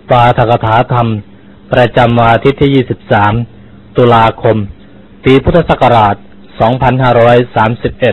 ปาฐกถาธรรมประจำวันอาทิตย์ที่ 23 ตุลาคม ปีพุทธศักราช 2531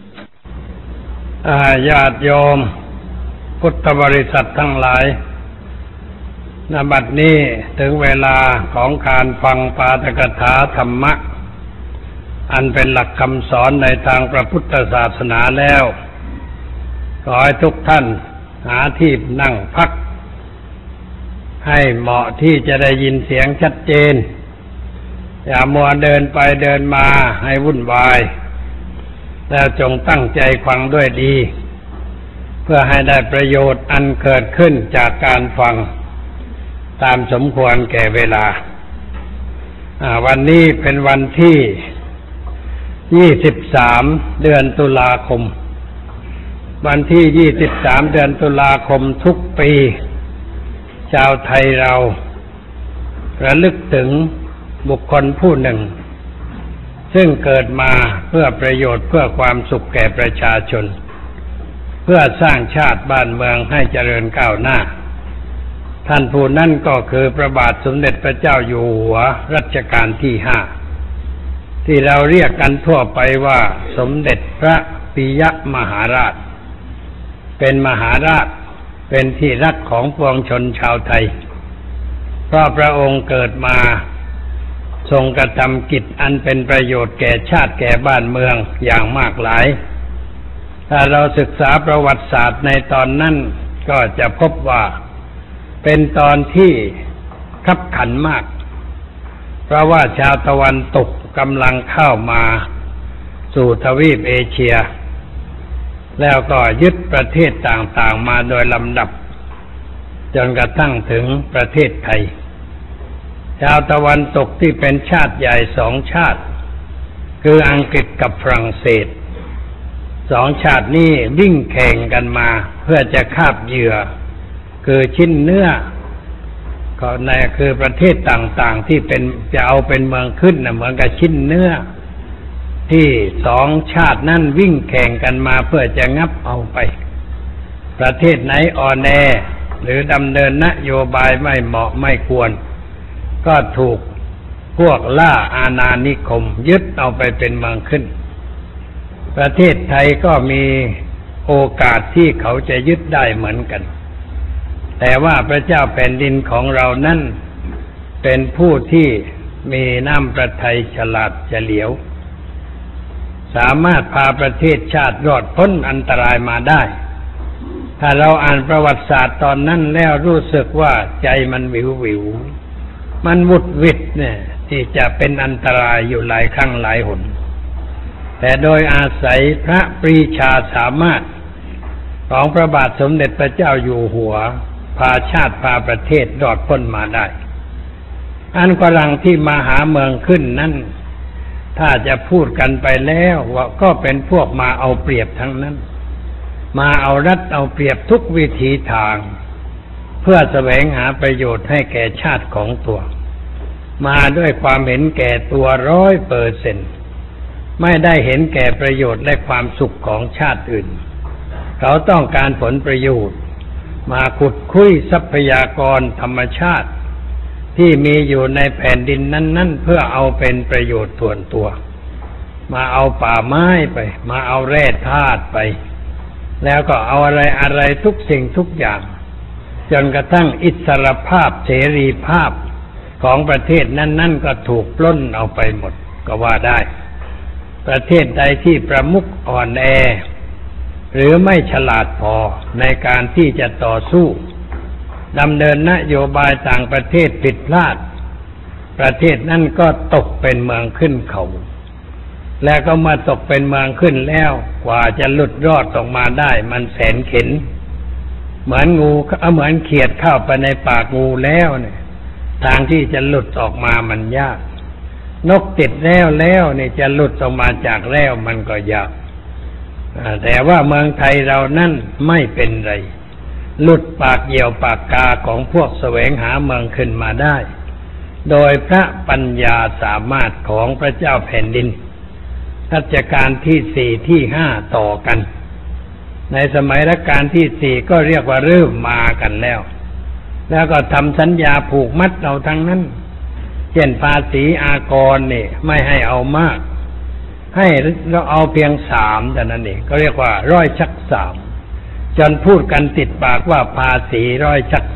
ญาติโยมพุทธบริษัททั้งหลายณ บัดนี้ถึงเวลาของการฟังปาฐกถาธรรมะอันเป็นหลักคำสอนในทางพระพุทธศาสนาแล้วขอให้ทุกท่านหาที่นั่งพักให้เหมาะที่จะได้ยินเสียงชัดเจนอย่ามัวเดินไปเดินมาให้วุ่นวายแล้วจงตั้งใจฟังด้วยดีเพื่อให้ได้ประโยชน์อันเกิดขึ้นจากการฟังตามสมควรแก่เวลาวันนี้เป็นวันที่23เดือนตุลาคมวันที่23เดือนตุลาคมทุกปีชาวไทยเราระลึกถึงบุคคลผู้หนึ่งซึ่งเกิดมาเพื่อประโยชน์เพื่อความสุขแก่ประชาชนเพื่อสร้างชาติบ้านเมืองให้เจริญก้าวหน้าท่านผู้นั้นก็คือพระบาทสมเด็จพระเจ้าอยู่หัวรัชกาลที่5ที่เราเรียกกันทั่วไปว่าสมเด็จพระปิยมหาราชเป็นมหาราชเป็นที่รักของปวงชนชาวไทยเพราะพระองค์เกิดมาทรงกระทำกิจอันเป็นประโยชน์แก่ชาติแก่บ้านเมืองอย่างมากหลายถ้าเราศึกษาประวัติศาสตร์ในตอนนั้นก็จะพบว่าเป็นตอนที่คับขันมากเพราะว่าชาวตะวันตกกำลังเข้ามาสู่ทวีปเอเชียแล้วก็ยึดประเทศต่างๆมาโดยลำดับจนกระทั่งถึงประเทศไทยชาวตะวันตกที่เป็นชาติใหญ่2ชาติคืออังกฤษกับฝรั่งเศส2ชาตินี้วิ่งแข่งกันมาเพื่อจะคาบเหยื่อคือชิ้นเนื้อก็ในคือประเทศต่างๆที่เป็นจะเอาเป็นเมืองขึ้นเหมือนกับชิ้นเนื้อที่2ชาตินั้นวิ่งแข่งกันมาเพื่อจะงับเอาไปประเทศไหนอ่อนแอหรือดำเนินนโยบายไม่เหมาะไม่ควรก็ถูกพวกล่าอาณานิคมยึดเอาไปเป็นเมืองขึ้นประเทศไทยก็มีโอกาสที่เขาจะยึดได้เหมือนกันแต่ว่าพระเจ้าแผ่นดินของเรานั้นเป็นผู้ที่มีน้ำพระทัยฉลาดเฉลียวสามารถพาประเทศชาติรอดพ้นอันตรายมาได้ถ้าเราอ่านประวัติศาสตร์ตอนนั้นแล้วรู้สึกว่าใจมันวิวมันวุดวิดเนี่ยที่จะเป็นอันตรายอยู่หลายครั้งหลายหนแต่โดยอาศัยพระปรีชาสามารถของพระบาทสมเด็จพระเจ้าอยู่หัวพาชาติพาประเทศรอดพ้นมาได้อันฝรั่งที่มาหาเมืองขึ้นนั้นถ้าจะพูดกันไปแล้วว่าก็เป็นพวกมาเอาเปรียบทั้งนั้นมาเอารัดเอาเปรียบทุกวิถีทางเพื่อแสวงหาประโยชน์ให้แก่ชาติของตัวมาด้วยความเห็นแก่ตัว100%ไม่ได้เห็นแก่ประโยชน์และความสุขของชาติอื่นเขาต้องการผลประโยชน์มาขุดคุ้ยทรัพยากรธรรมชาติที่มีอยู่ในแผ่นดินนั้นๆเพื่อเอาเป็นประโยชน์ส่วนตัวมาเอาป่าไม้ไปมาเอาแร่ธาตุไปแล้วก็เอาอะไรทุกสิ่งทุกอย่างจนกระทั่งอิสรภาพเสรีภาพของประเทศนั้นๆก็ถูกปล้นเอาไปหมดก็ว่าได้ประเทศใดที่ประมุขอ่อนแอหรือไม่ฉลาดพอในการที่จะต่อสู้ดำเนินนโยบายต่างประเทศผิดพลาดประเทศนั้นก็ตกเป็นเมืองขึ้นเขาแล้วก็มาตกเป็นเมืองขึ้นแล้วกว่าจะหลุดรอดออกมาได้มันแสนเข็ญเหมือนงูเหมือนเขียดเข้าไปในปากงูแล้วเนี่ยทางที่จะหลุดออกมามันยากนกติดแล้วเนี่ยจะหลุดออกมาจากแล้วมันก็ยากแต่ว่าเมืองไทยเรานั่นไม่เป็นไรหลุดปากเหยี่ยวปากกาของพวกแสวงหาเมืองขึ้นมาได้โดยพระปัญญาสามารถของพระเจ้าแผ่นดินรัชกาลที่4ที่5ต่อกันในสมัยรัชกาลที่4ก็เรียกว่าเริ่มมากันแล้วแล้วก็ทำสัญญาผูกมัดเราทั้งนั้นเช่นภาษีอากรนี่ไม่ให้เอามากให้เราเอาเพียง3แต่นั้นเองก็เรียกว่าร้อยชัก3จนพูดกันติดปากว่าภาษีร้อยชัก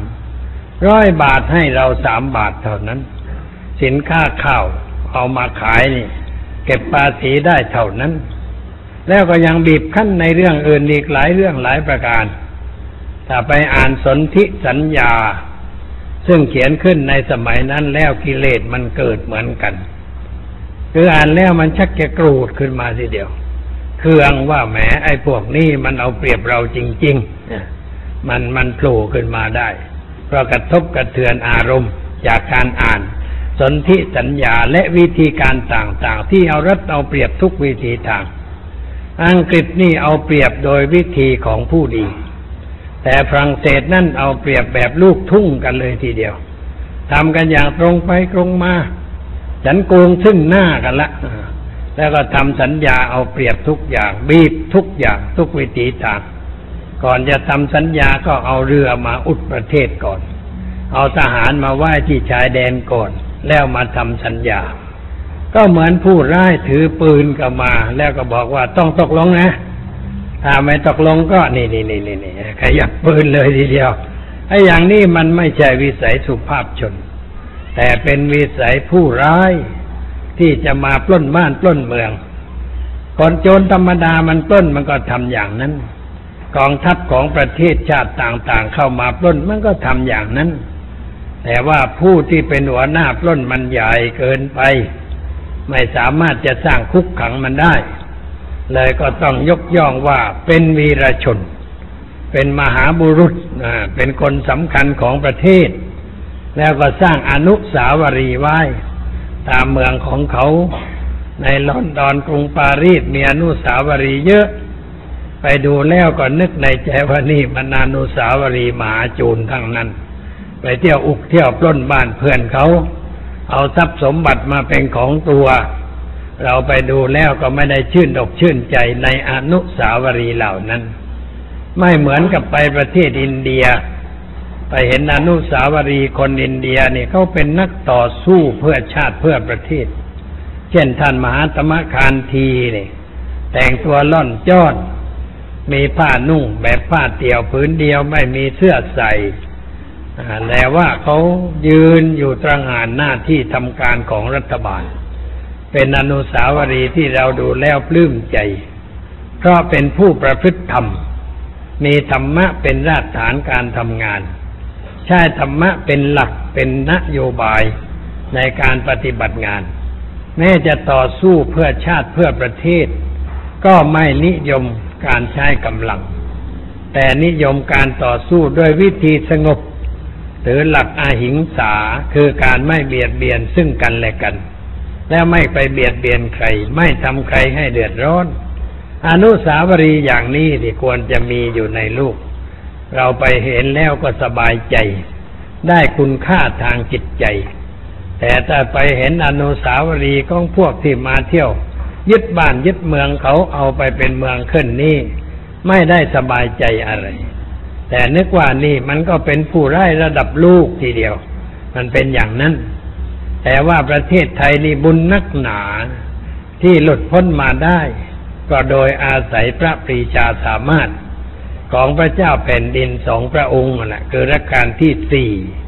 300 บาทให้เรา3 บาทเท่านั้นสินค้าข้าวเอามาขายนี่เก็บภาษีได้เท่านั้นแล้วก็ยังบีบคั้นในเรื่องอื่นอีกหลายเรื่องหลายประการถ้าไปอ่านสนธิสัญญาซึ่งเขียนขึ้นในสมัยนั้นแล้วกิเลสมันเกิดเหมือนกันคืออ่านแล้วมันชักจะโกรธขึ้นมาทีเดียวเคืองว่าแหมไอ้พวกนี้มันเอาเปรียบเราจริงๆมันโผล่ขึ้นมาได้เพราะกระทบกระเทือนอารมณ์จากการอ่านสนธิสัญญาและวิธีการต่างๆที่เอารัดเอาเปรียบทุกวิธีทางอังกฤษนี่เอาเปรียบโดยวิธีของผู้ดีแต่ฝรั่งเศสนั่นเอาเปรียบแบบลูกทุ่งกันเลยทีเดียวทำกันอย่างตรงไปตรงมาฉันโกงซึ่งหน้ากันละแล้วก็ทำสัญญาเอาเปรียบทุกอย่างบีบทุกอย่างทุกวิธีทางก่อนจะทำสัญญาก็เอาเรือมาอุดประเทศก่อนเอาทหารมาไหว้ที่ชายแดนก่อนแล้วมาทำสัญญาก็เหมือนผู้ร้ายถือปืนก็มาแล้วก็บอกว่าต้องตกลงนะถ้าไม่ตกลงก็นี่ขยับปืนเลยทีเดียวไอ้อย่างนี้มันไม่ใช่วิสัยสุภาพชนแต่เป็นวิสัยผู้ร้ายที่จะมาปล้นบ้านปล้นเมืองคนโจรธรรมดามันปล้นมันก็ทำอย่างนั้นกองทัพของประเทศชาติต่างๆเข้ามาปล้นมันก็ทำอย่างนั้นแต่ว่าผู้ที่เป็นหัวหน้าปล้นมันใหญ่เกินไปไม่สามารถจะสร้างคุกขังมันได้เลยก็ต้องยกย่องว่าเป็นวีรชนเป็นมหาบุรุษเป็นคนสำคัญของประเทศแล้วก็สร้างอนุสาวรีย์ไว้ตามเมืองของเขาในลอนดอนกรุงปารีสมีอนุสาวรีย์เยอะไปดูแล้วก็นึกในใจว่านี่มันอนุสาวรีย์มหาโจรทั้งนั้นไปเที่ยวอุกเที่ยวปล้นบ้านเพื่อนเขาเอาทรัพย์สมบัติมาเป็นของตัวเราไปดูแล้วก็ไม่ได้ชื่นอกชื่นใจในอนุสาวรีย์เหล่านั้นไม่เหมือนกับไปประเทศอินเดียไปเห็นอนุสาวรีย์คนอินเดียนี่เขาเป็นนักต่อสู้เพื่อชาติเพื่อประเทศเช่นท่านมหาตมะคานธีนี่แต่งตัวล่อนจ้อนมีผ้านุ่งแบบผ้าเตี่ยวผืนเดียวไม่มีเสื้อใส่แต่ว่าเขายืนอยู่ตระหง่านหน้าที่ทำการของรัฐบาลเป็นอนุสาวรีย์ที่เราดูแล้วปลื้มใจเพราะเป็นผู้ประพฤติธรรมมีธรรมะเป็นรากฐานการทำงานใช้ธรรมะเป็นหลักเป็นนโยบายในการปฏิบัติงานแม้จะต่อสู้เพื่อชาติเพื่อประเทศก็ไม่นิยมการใช้กำลังแต่นิยมการต่อสู้ด้วยวิธีสงบหรือหลักอหิงสาคือการไม่เบียดเบียนซึ่งกันและกันแล้วไม่ไปเบียดเบียนใครไม่ทำใครให้เดือดร้อนอนุสาวรีย์อย่างนี้ที่ควรจะมีอยู่ในโลกเราไปเห็นแล้วก็สบายใจได้คุณค่าทางจิตใจแต่ถ้าไปเห็นอนุสาวรีย์ของพวกที่มาเที่ยวยึดบ้านยึดเมืองเขาเอาไปเป็นเมืองขึ้นนี่ไม่ได้สบายใจอะไรแต่นึกว่านี่มันก็เป็นผู้ร้ายระดับลูกทีเดียวมันเป็นอย่างนั้นแต่ว่าประเทศไทยนี่บุญนักหนาที่หลุดพ้นมาได้ก็โดยอาศัยพระปรีชาสามารถของพระเจ้าแผ่นดิน2 พระองค์นั่นแหละคือรัชกาลที่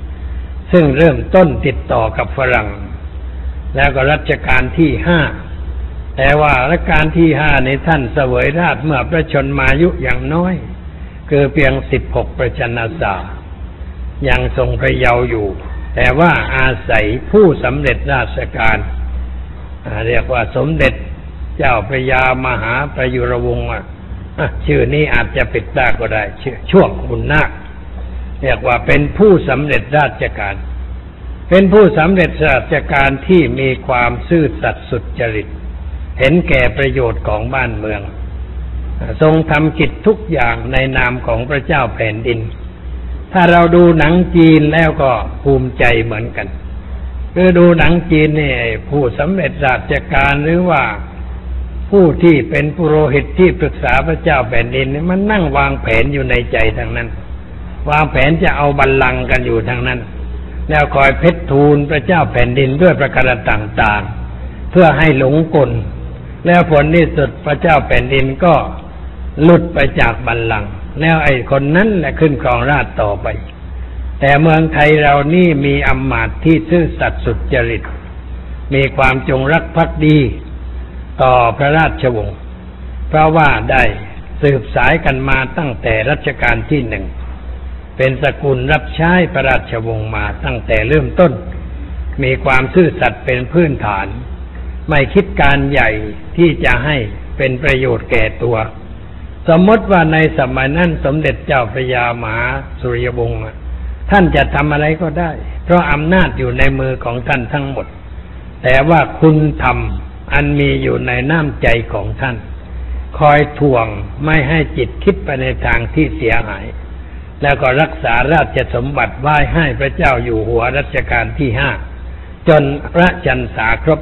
4ซึ่งเริ่มต้นติดต่อกับฝรั่งแล้วก็รัชกาลที่5แต่ว่ารัชกาลที่5ในท่านเสวยราชเมื่อพระชนมายุอย่างน้อยคือเพียง16 ประชนสายังทรงพระเยาว์อยู่แต่ว่าอาศัยผู้สำเร็จราชการเรียกว่าสมเด็จเจ้าพระยามหาประยุรวงศ์ชื่อนี้อาจจะผิดได้ก็ได้ชื่อช่วงบุญนาคเรียกว่าเป็นผู้สำเร็จราชการเป็นผู้สำเร็จราชการที่มีความซื่อสัตย์สุจริตเห็นแก่ประโยชน์ของบ้านเมืองทรงทำกิจทุกอย่างในนามของพระเจ้าแผ่นดินถ้าเราดูหนังจีนแล้วก็ภูมิใจเหมือนกันคือดูหนังจีนนี่ผู้สำเร็จราชการหรือว่าผู้ที่เป็นปุโรหิตที่ปรึกษาพระเจ้าแผ่นดินมันนั่งวางแผนอยู่ในใจทั้งนั้นวางแผนจะเอาบัลลังก์กันอยู่ทั้งนั้นแล้วคอยเพชรทูลพระเจ้าแผ่นดินด้วยประการต่างๆเพื่อให้หลงกลแล้วผลที่สุดพระเจ้าแผ่นดินก็หลุดไปจากบัลลังก์แล้วไอ้คนนั้นแหละขึ้นครองราชย์ต่อไปแต่เมืองไทยเรานี่มีอำมาตย์ที่ซื่อสัตย์สุจริตมีความจงรักภักดีต่อพระราชวงศ์เพราะว่าได้สืบสายกันมาตั้งแต่รัชกาลที่หนึ่งเป็นสกุลรับใช้พระราชวงศ์มาตั้งแต่เริ่มต้นมีความซื่อสัตย์เป็นพื้นฐานไม่คิดการใหญ่ที่จะให้เป็นประโยชน์แก่ตัวสมมติว่าในสมัยนั้นสมเด็จเจ้าพระยามหาสุริยวงศ์ท่านจะทำอะไรก็ได้เพราะอำนาจอยู่ในมือของท่านทั้งหมดแต่ว่าคุณธรรมอันมีอยู่ในน้ำใจของท่านคอยถ่วงไม่ให้จิตคิดไปในทางที่เสียหายแล้วก็รักษาราชสมบัติไว้ให้พระเจ้าอยู่หัวรัชกาลที่5จนพระพรรษาครบ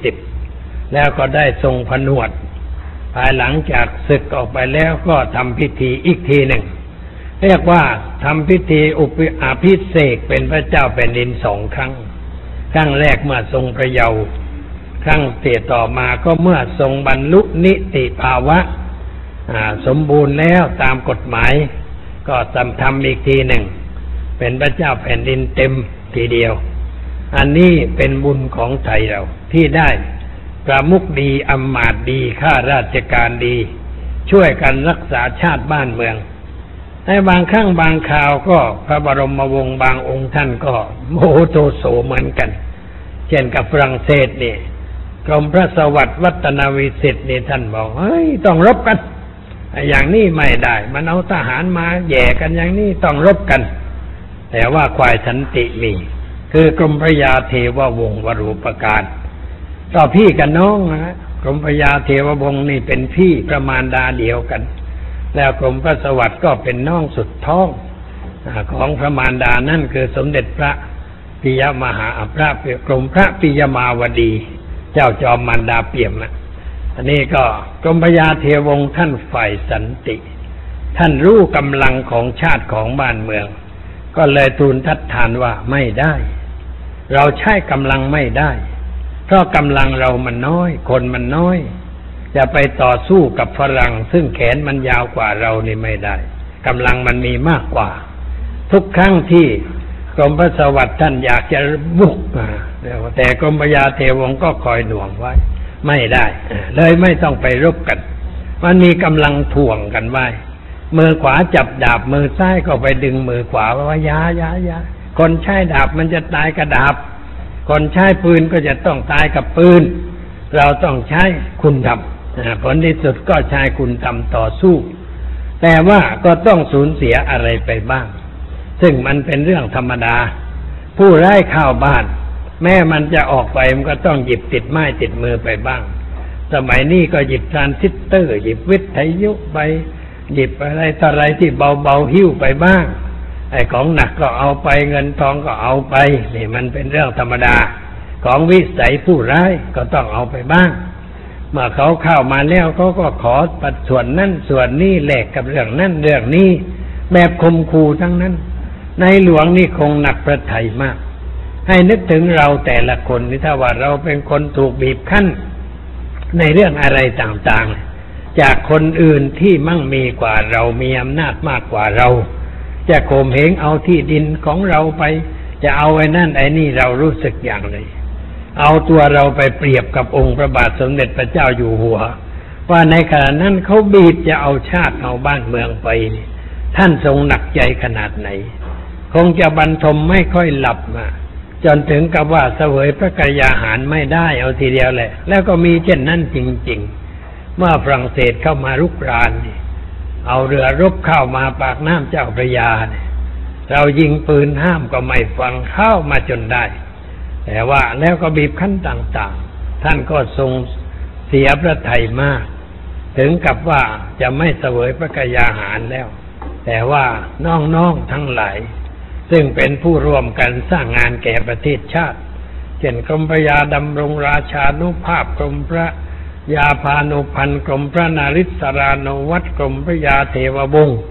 20แล้วก็ได้ทรงผนวดภายหลังจากศึกออกไปแล้วก็ทำพิธีอีกทีหนึ่งเรียกว่าทำพิธีอภิเษกเป็นพระเจ้าแผ่นดิน2 ครั้งครั้งแรกเมื่อทรงพระเยาว์ครั้งต่อมาก็เมื่อทรงบรรลุนิติภาวะสมบูรณ์แล้วตามกฎหมายก็ทำอีกทีหนึ่งเป็นพระเจ้าแผ่นดินเต็มทีเดียวอันนี้เป็นบุญของไทยเราที่ได้ประมุขดีอำมาตย์ดีข้าราชการดีช่วยกันรักษาชาติบ้านเมืองในบางครั้งบางคราวก็พระบรมวงศ์บางองค์ท่านก็โมโหโทโสเหมือนกันเช่นกับฝรั่งเศสนี่กรมพระสวัสดิ์วัฒนวิสิทธิ์นี่ท่านบอกเฮ้ยต้องรบกันอย่างนี้ไม่ได้มันเอาทหารมาแย่กันอย่างนี้ต้องรบกันแต่ว่าควายสันติมีคือกรมพระยาเทววงศ์วโรปการก็พี่กับน้องนะกรมพระยาเทววงศ์นี่เป็นพี่ประมารดาเดียวกันแล้วกรมพระสวัสดิ์ก็เป็นน้องสุดท้องของพระมารดานั่นคือสมเด็จพระปิยมหาพระกรมพระปิยมาวดีเจ้าจอมมารดาเปี่ยมนะอันนี้ก็กรมพระยาเทววงศ์ท่านฝ่ายสันติท่านรู้กำลังของชาติของบ้านเมืองก็เลยทูลทัดทานว่าไม่ได้เราใช้กำลังไม่ได้เพราะกำลังเรามันน้อยคนมันน้อยจะไปต่อสู้กับฝรั่งซึ่งแขนมันยาวกว่าเรานี่ไม่ได้กำลังมันมีมากกว่าทุกครั้งที่กรมพระสวัสดิ์ท่านอยากจะบุกแต่กรมพระยาเทววงศ์ก็คอยหน่วงไว้ไม่ได้เลยไม่ต้องไปรบกันมันมีกำลังถ่วงกันไว้มือขวาจับดาบมือซ้ายก็ไปดึงมือขวาว่าอย่าคนใช้ดาบมันจะตายกับดาบคนใช้ปืนก็จะต้องตายกับปืนเราต้องใช้คุณธรรมผลที่สุดก็ใช้คุณธรรมต่อสู้แต่ว่าก็ต้องสูญเสียอะไรไปบ้างซึ่งมันเป็นเรื่องธรรมดาผู้ร้ายเข้าบ้านแม้มันจะออกไปมันก็ต้องหยิบติดไม้ติดมือไปบ้างสมัยนี้ก็หยิบทรานซิสเตอร์หยิบวิทยุไปหยิบอะไรต่ออะไรที่เบาๆหิ้วไปบ้างไอ้ของหนักก็เอาไปเงินทองก็เอาไปนี่มันเป็นเรื่องธรรมดาของวิสัยผู้ร้ายก็ต้องเอาไปบ้างเมื่อเขาเข้ามาแล้วเขาก็ขอปัดส่วนนั้นส่วนนี้แลกกับเรื่องนั้นเรื่องนี้แบบข่มขู่ทั้งนั้นในหลวงนี่คงหนักพระทัยมากให้นึกถึงเราแต่ละคนนี่ถ้าว่าเราเป็นคนถูกบีบคั้นในเรื่องอะไรต่างๆจากคนอื่นที่มั่งมีกว่าเรามีอำนาจมากกว่าเราจะข่มเหงเอาที่ดินของเราไปจะเอาไอ้นั่นไอ้นี่เรารู้สึกอย่างไรเอาตัวเราไปเปรียบกับองค์พระบาทสมเด็จพระเจ้าอยู่หัวว่าในขณะนั้นเขาบีบจะเอาชาติเอาบ้านเมืองไปท่านทรงหนักใจขนาดไหนคงจะบรรทมไม่ค่อยหลับมาจนถึงกับว่าเสวยพระกยาหารไม่ได้เอาทีเดียวแหละแล้วก็มีเช่นนั้นจริงๆเมื่อฝรั่งเศสเข้ามารุกรานเอาเรือรบเข้ามาปากน้ำเจ้าพระยาเรายิงปืนห้ามก็ไม่ฟังเข้ามาจนได้แต่ว่าแล้วก็บีบคั้นต่างๆท่านก็ทรงเสียพระทัยมากถึงกับว่าจะไม่เสวยพระกยาหารแล้วแต่ว่าน้องๆทั้งหลายซึ่งเป็นผู้ร่วมกันสร้างงานแก่ประเทศชาติเช่นกรมพระยาดำรงราชานุภาพกรมพระยาพานุพันธ์กรมพระนาริศรานุวัตรกรมพระยาเทววงศ์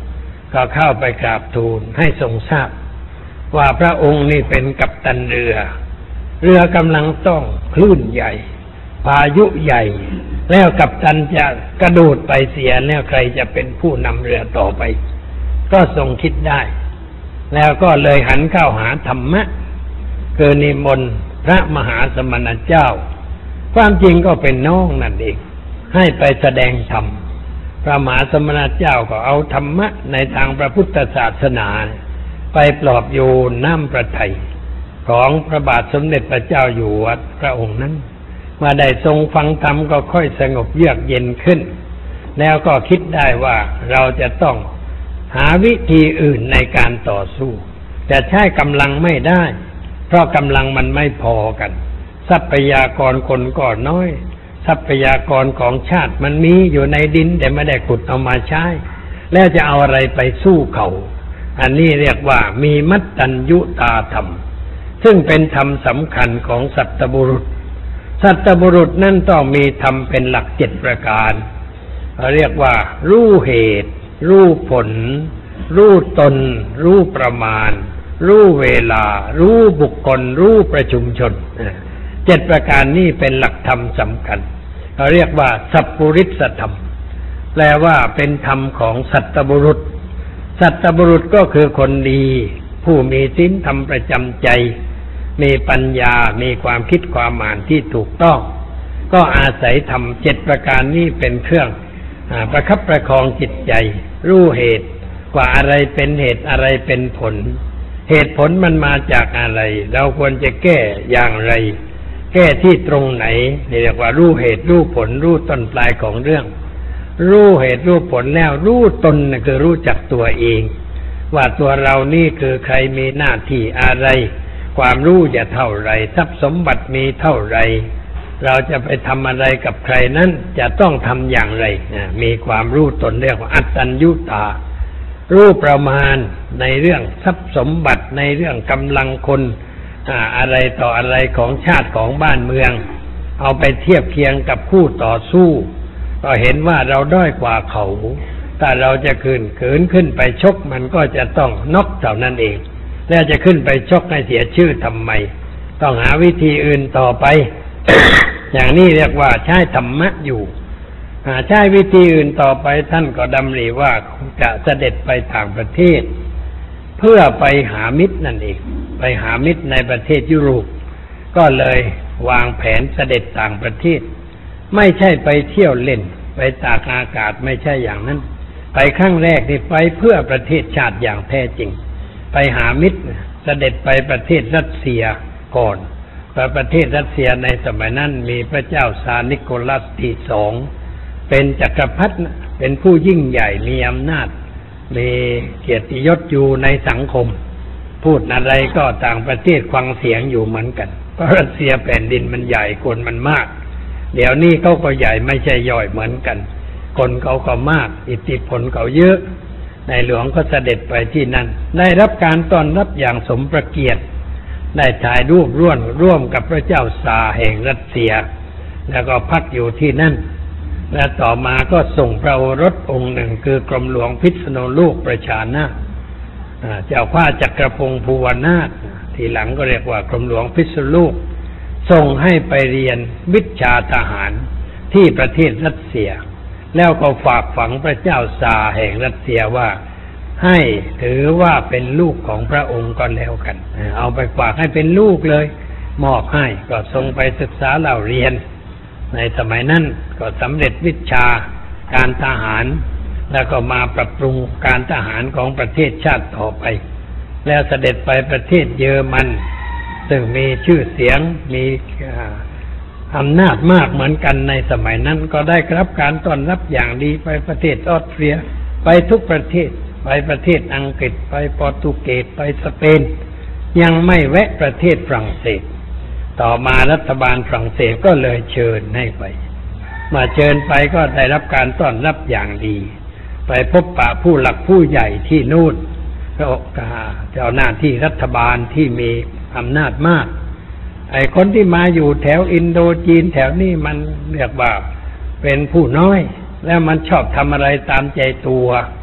ก็เข้าไปกราบทูลให้ทรงทราบว่าพระองค์นี่เป็นกัปตันเรือกำลังต้องคลื่นใหญ่พายุใหญ่แล้วกัปตันจะกระโดดไปเสียแล้วใครจะเป็นผู้นำเรือต่อไปก็ทรงคิดได้แล้วก็เลยหันเข้าหาธรรมะคือนิมนต์พระมหาสมณเจ้าความจริงก็เป็นน้องนั่นเองให้ไปแสดงธรรมพระมหาสมณเจ้าก็เอาธรรมะในทางพระพุทธศาสนาไปปลอบโยนน้ำพระทัยของพระบาทสมเด็จพระเจ้าอยู่หัวพระองค์นั้นมาได้ทรงฟังธรรมก็ค่อยสงบเยือกเย็นขึ้นแล้วก็คิดได้ว่าเราจะต้องหาวิธีอื่นในการต่อสู้จะใช้กำลังไม่ได้เพราะกำลังมันไม่พอกันทรัพยากรคนก็น้อยทรัพยากรของชาติมันมีอยู่ในดินแต่ไม่ได้ขุดเอามาใช้แล้วจะเอาอะไรไปสู้เขาอันนี้เรียกว่ามีมัตตัญญุตาธรรมซึ่งเป็นธรรมสำคัญของสัตบุรุษสัตบุรุษนั่นต้องมีธรรมเป็นหลัก7ประการเรียกว่ารู้เหตุรู้ผลรู้ตนรู้ประมาณรู้เวลารู้บุคคลรู้ประชุมชน7ประการนี้เป็นหลักธรรมสำคัญเขาเรียกว่าสัพพุริสธรรมแปลว่าเป็นธรรมของสัตบุรุษสัตบุรุษก็คือคนดีผู้มีศีลธรรมประจำใจมีปัญญามีความคิดความอ่านที่ถูกต้องก็อาศัยธรรม7ประการนี้เป็นเครื่องประคับประคองจิตใจรู้เหตุว่าอะไรเป็นเหตุอะไรเป็นผลเหตุผลมันมาจากอะไรเราควรจะแก้อย่างไรแก้ที่ตรงไหนเรียกว่ารู้เหตุรู้ผลรู้ต้นปลายของเรื่องรู้เหตุรู้ผลแล้วรู้ตนคือรู้จักตัวเองว่าตัวเรานี่คือใครมีหน้าที่อะไรความรู้จะเท่าไรทรัพย์สมบัติมีเท่าไรเราจะไปทำอะไรกับใครนั้นจะต้องทำอย่างไรมีความรู้ตนเรียกว่าอัตตัญญูตารู้ประมาณในเรื่องทรัพย์สมบัติในเรื่องกำลังคนอะไรต่ออะไรของชาติของบ้านเมืองเอาไปเทียบเคียงกับคู่ต่อสู้ก็เห็นว่าเราด้อยกว่าเขาถ้าเราจะขึ้นไปชกมันก็จะต้องน็อกเท่านั้นเองแล้วจะขึ้นไปชกให้เสียชื่อทำไมต้องหาวิธีอื่นต่อไป อย่างนี้เรียกว่าใช้ธรรมะอยู่ใช้วิธีอื่นต่อไปท่านก็ดำริว่าจะเสด็จไปต่างประเทศเพื่อไปหามิตรนั่นเองไปหามิตรในประเทศยุโรปก็เลยวางแผนเสด็จต่างประเทศไม่ใช่ไปเที่ยวเล่นไปตากอากาศไม่ใช่อย่างนั้นไปครั้งแรกนี่ไปเพื่อประเทศชาติอย่างแท้จริงไปหามิตรเสด็จไปประเทศรัสเซียก่อนประเทศรัสเซียในสมัยนั้นมีพระเจ้าซาร์นิโคลัสที่2เป็นจักรพรรดิเป็นผู้ยิ่งใหญ่มีอำนาจมีเกียรติยศอยู่ในสังคมพูดอะไรก็ต่างประเทศฟังเสียงอยู่เหมือนกันเพราะรัสเซียแผ่นดินมันใหญ่คนมันมากเดี๋ยวนี้เขาก็ใหญ่ไม่ใช่ย่อยเหมือนกันคนเขาก็มากอิทธิพลเขาเยอะในหลวงก็เสด็จไปที่นั่นได้รับการต้อนรับอย่างสมพระเกียรติได้ถ่ายรูปร่วมกับพระเจ้าซาร์แห่งรัสเซียแล้วก็พักอยู่ที่นั่นและต่อมาก็ส่งพระโอรสองค์หนึ่งคือกรมหลวงพิษณุโลกประชานาถเจ้าฟ้าจักรพงศ์ภูวนาถทีหลังก็เรียกว่ากรมหลวงพิษณุโลกส่งให้ไปเรียนวิชาทหารที่ประเทศรัสเซียแล้วก็ฝากฝังพระเจ้าซาร์แห่งรัสเซียว่าให้ถือว่าเป็นลูกของพระองค์ก็แล้วกันเอาไปฝากให้เป็นลูกเลยมอบให้ก็ส่งไปศึกษาเล่าเรียนในสมัยนั้นก็สำเร็จวิชาการทหารแล้วก็มาปรับปรุงการทหารของประเทศชาติต่อไปแล้วเสด็จไปประเทศเยอรมันซึ่งมีชื่อเสียงมีอำนาจมากเหมือนกันในสมัยนั้นก็ได้รับการต้อนรับอย่างดีไปประเทศออสเตรียไปทุกประเทศไปประเทศอังกฤษไปโปรตุเกสไปสเปนยังไม่แวะประเทศฝรั่งเศสต่อมารัฐบาลฝรั่งเศสก็เลยเชิญให้ไปมาเชิญไปก็ได้รับการต้อนรับอย่างดีไปพบปะผู้หลักผู้ใหญ่ที่นู่นก็เจ้าหน้าที่รัฐบาลที่มีอำนาจมากไอ้คนที่มาอยู่แถวอินโดจีนแถวนี้มันเรียกว่าเป็นผู้น้อยแล้วมันชอบทำอะไรตามใจตัว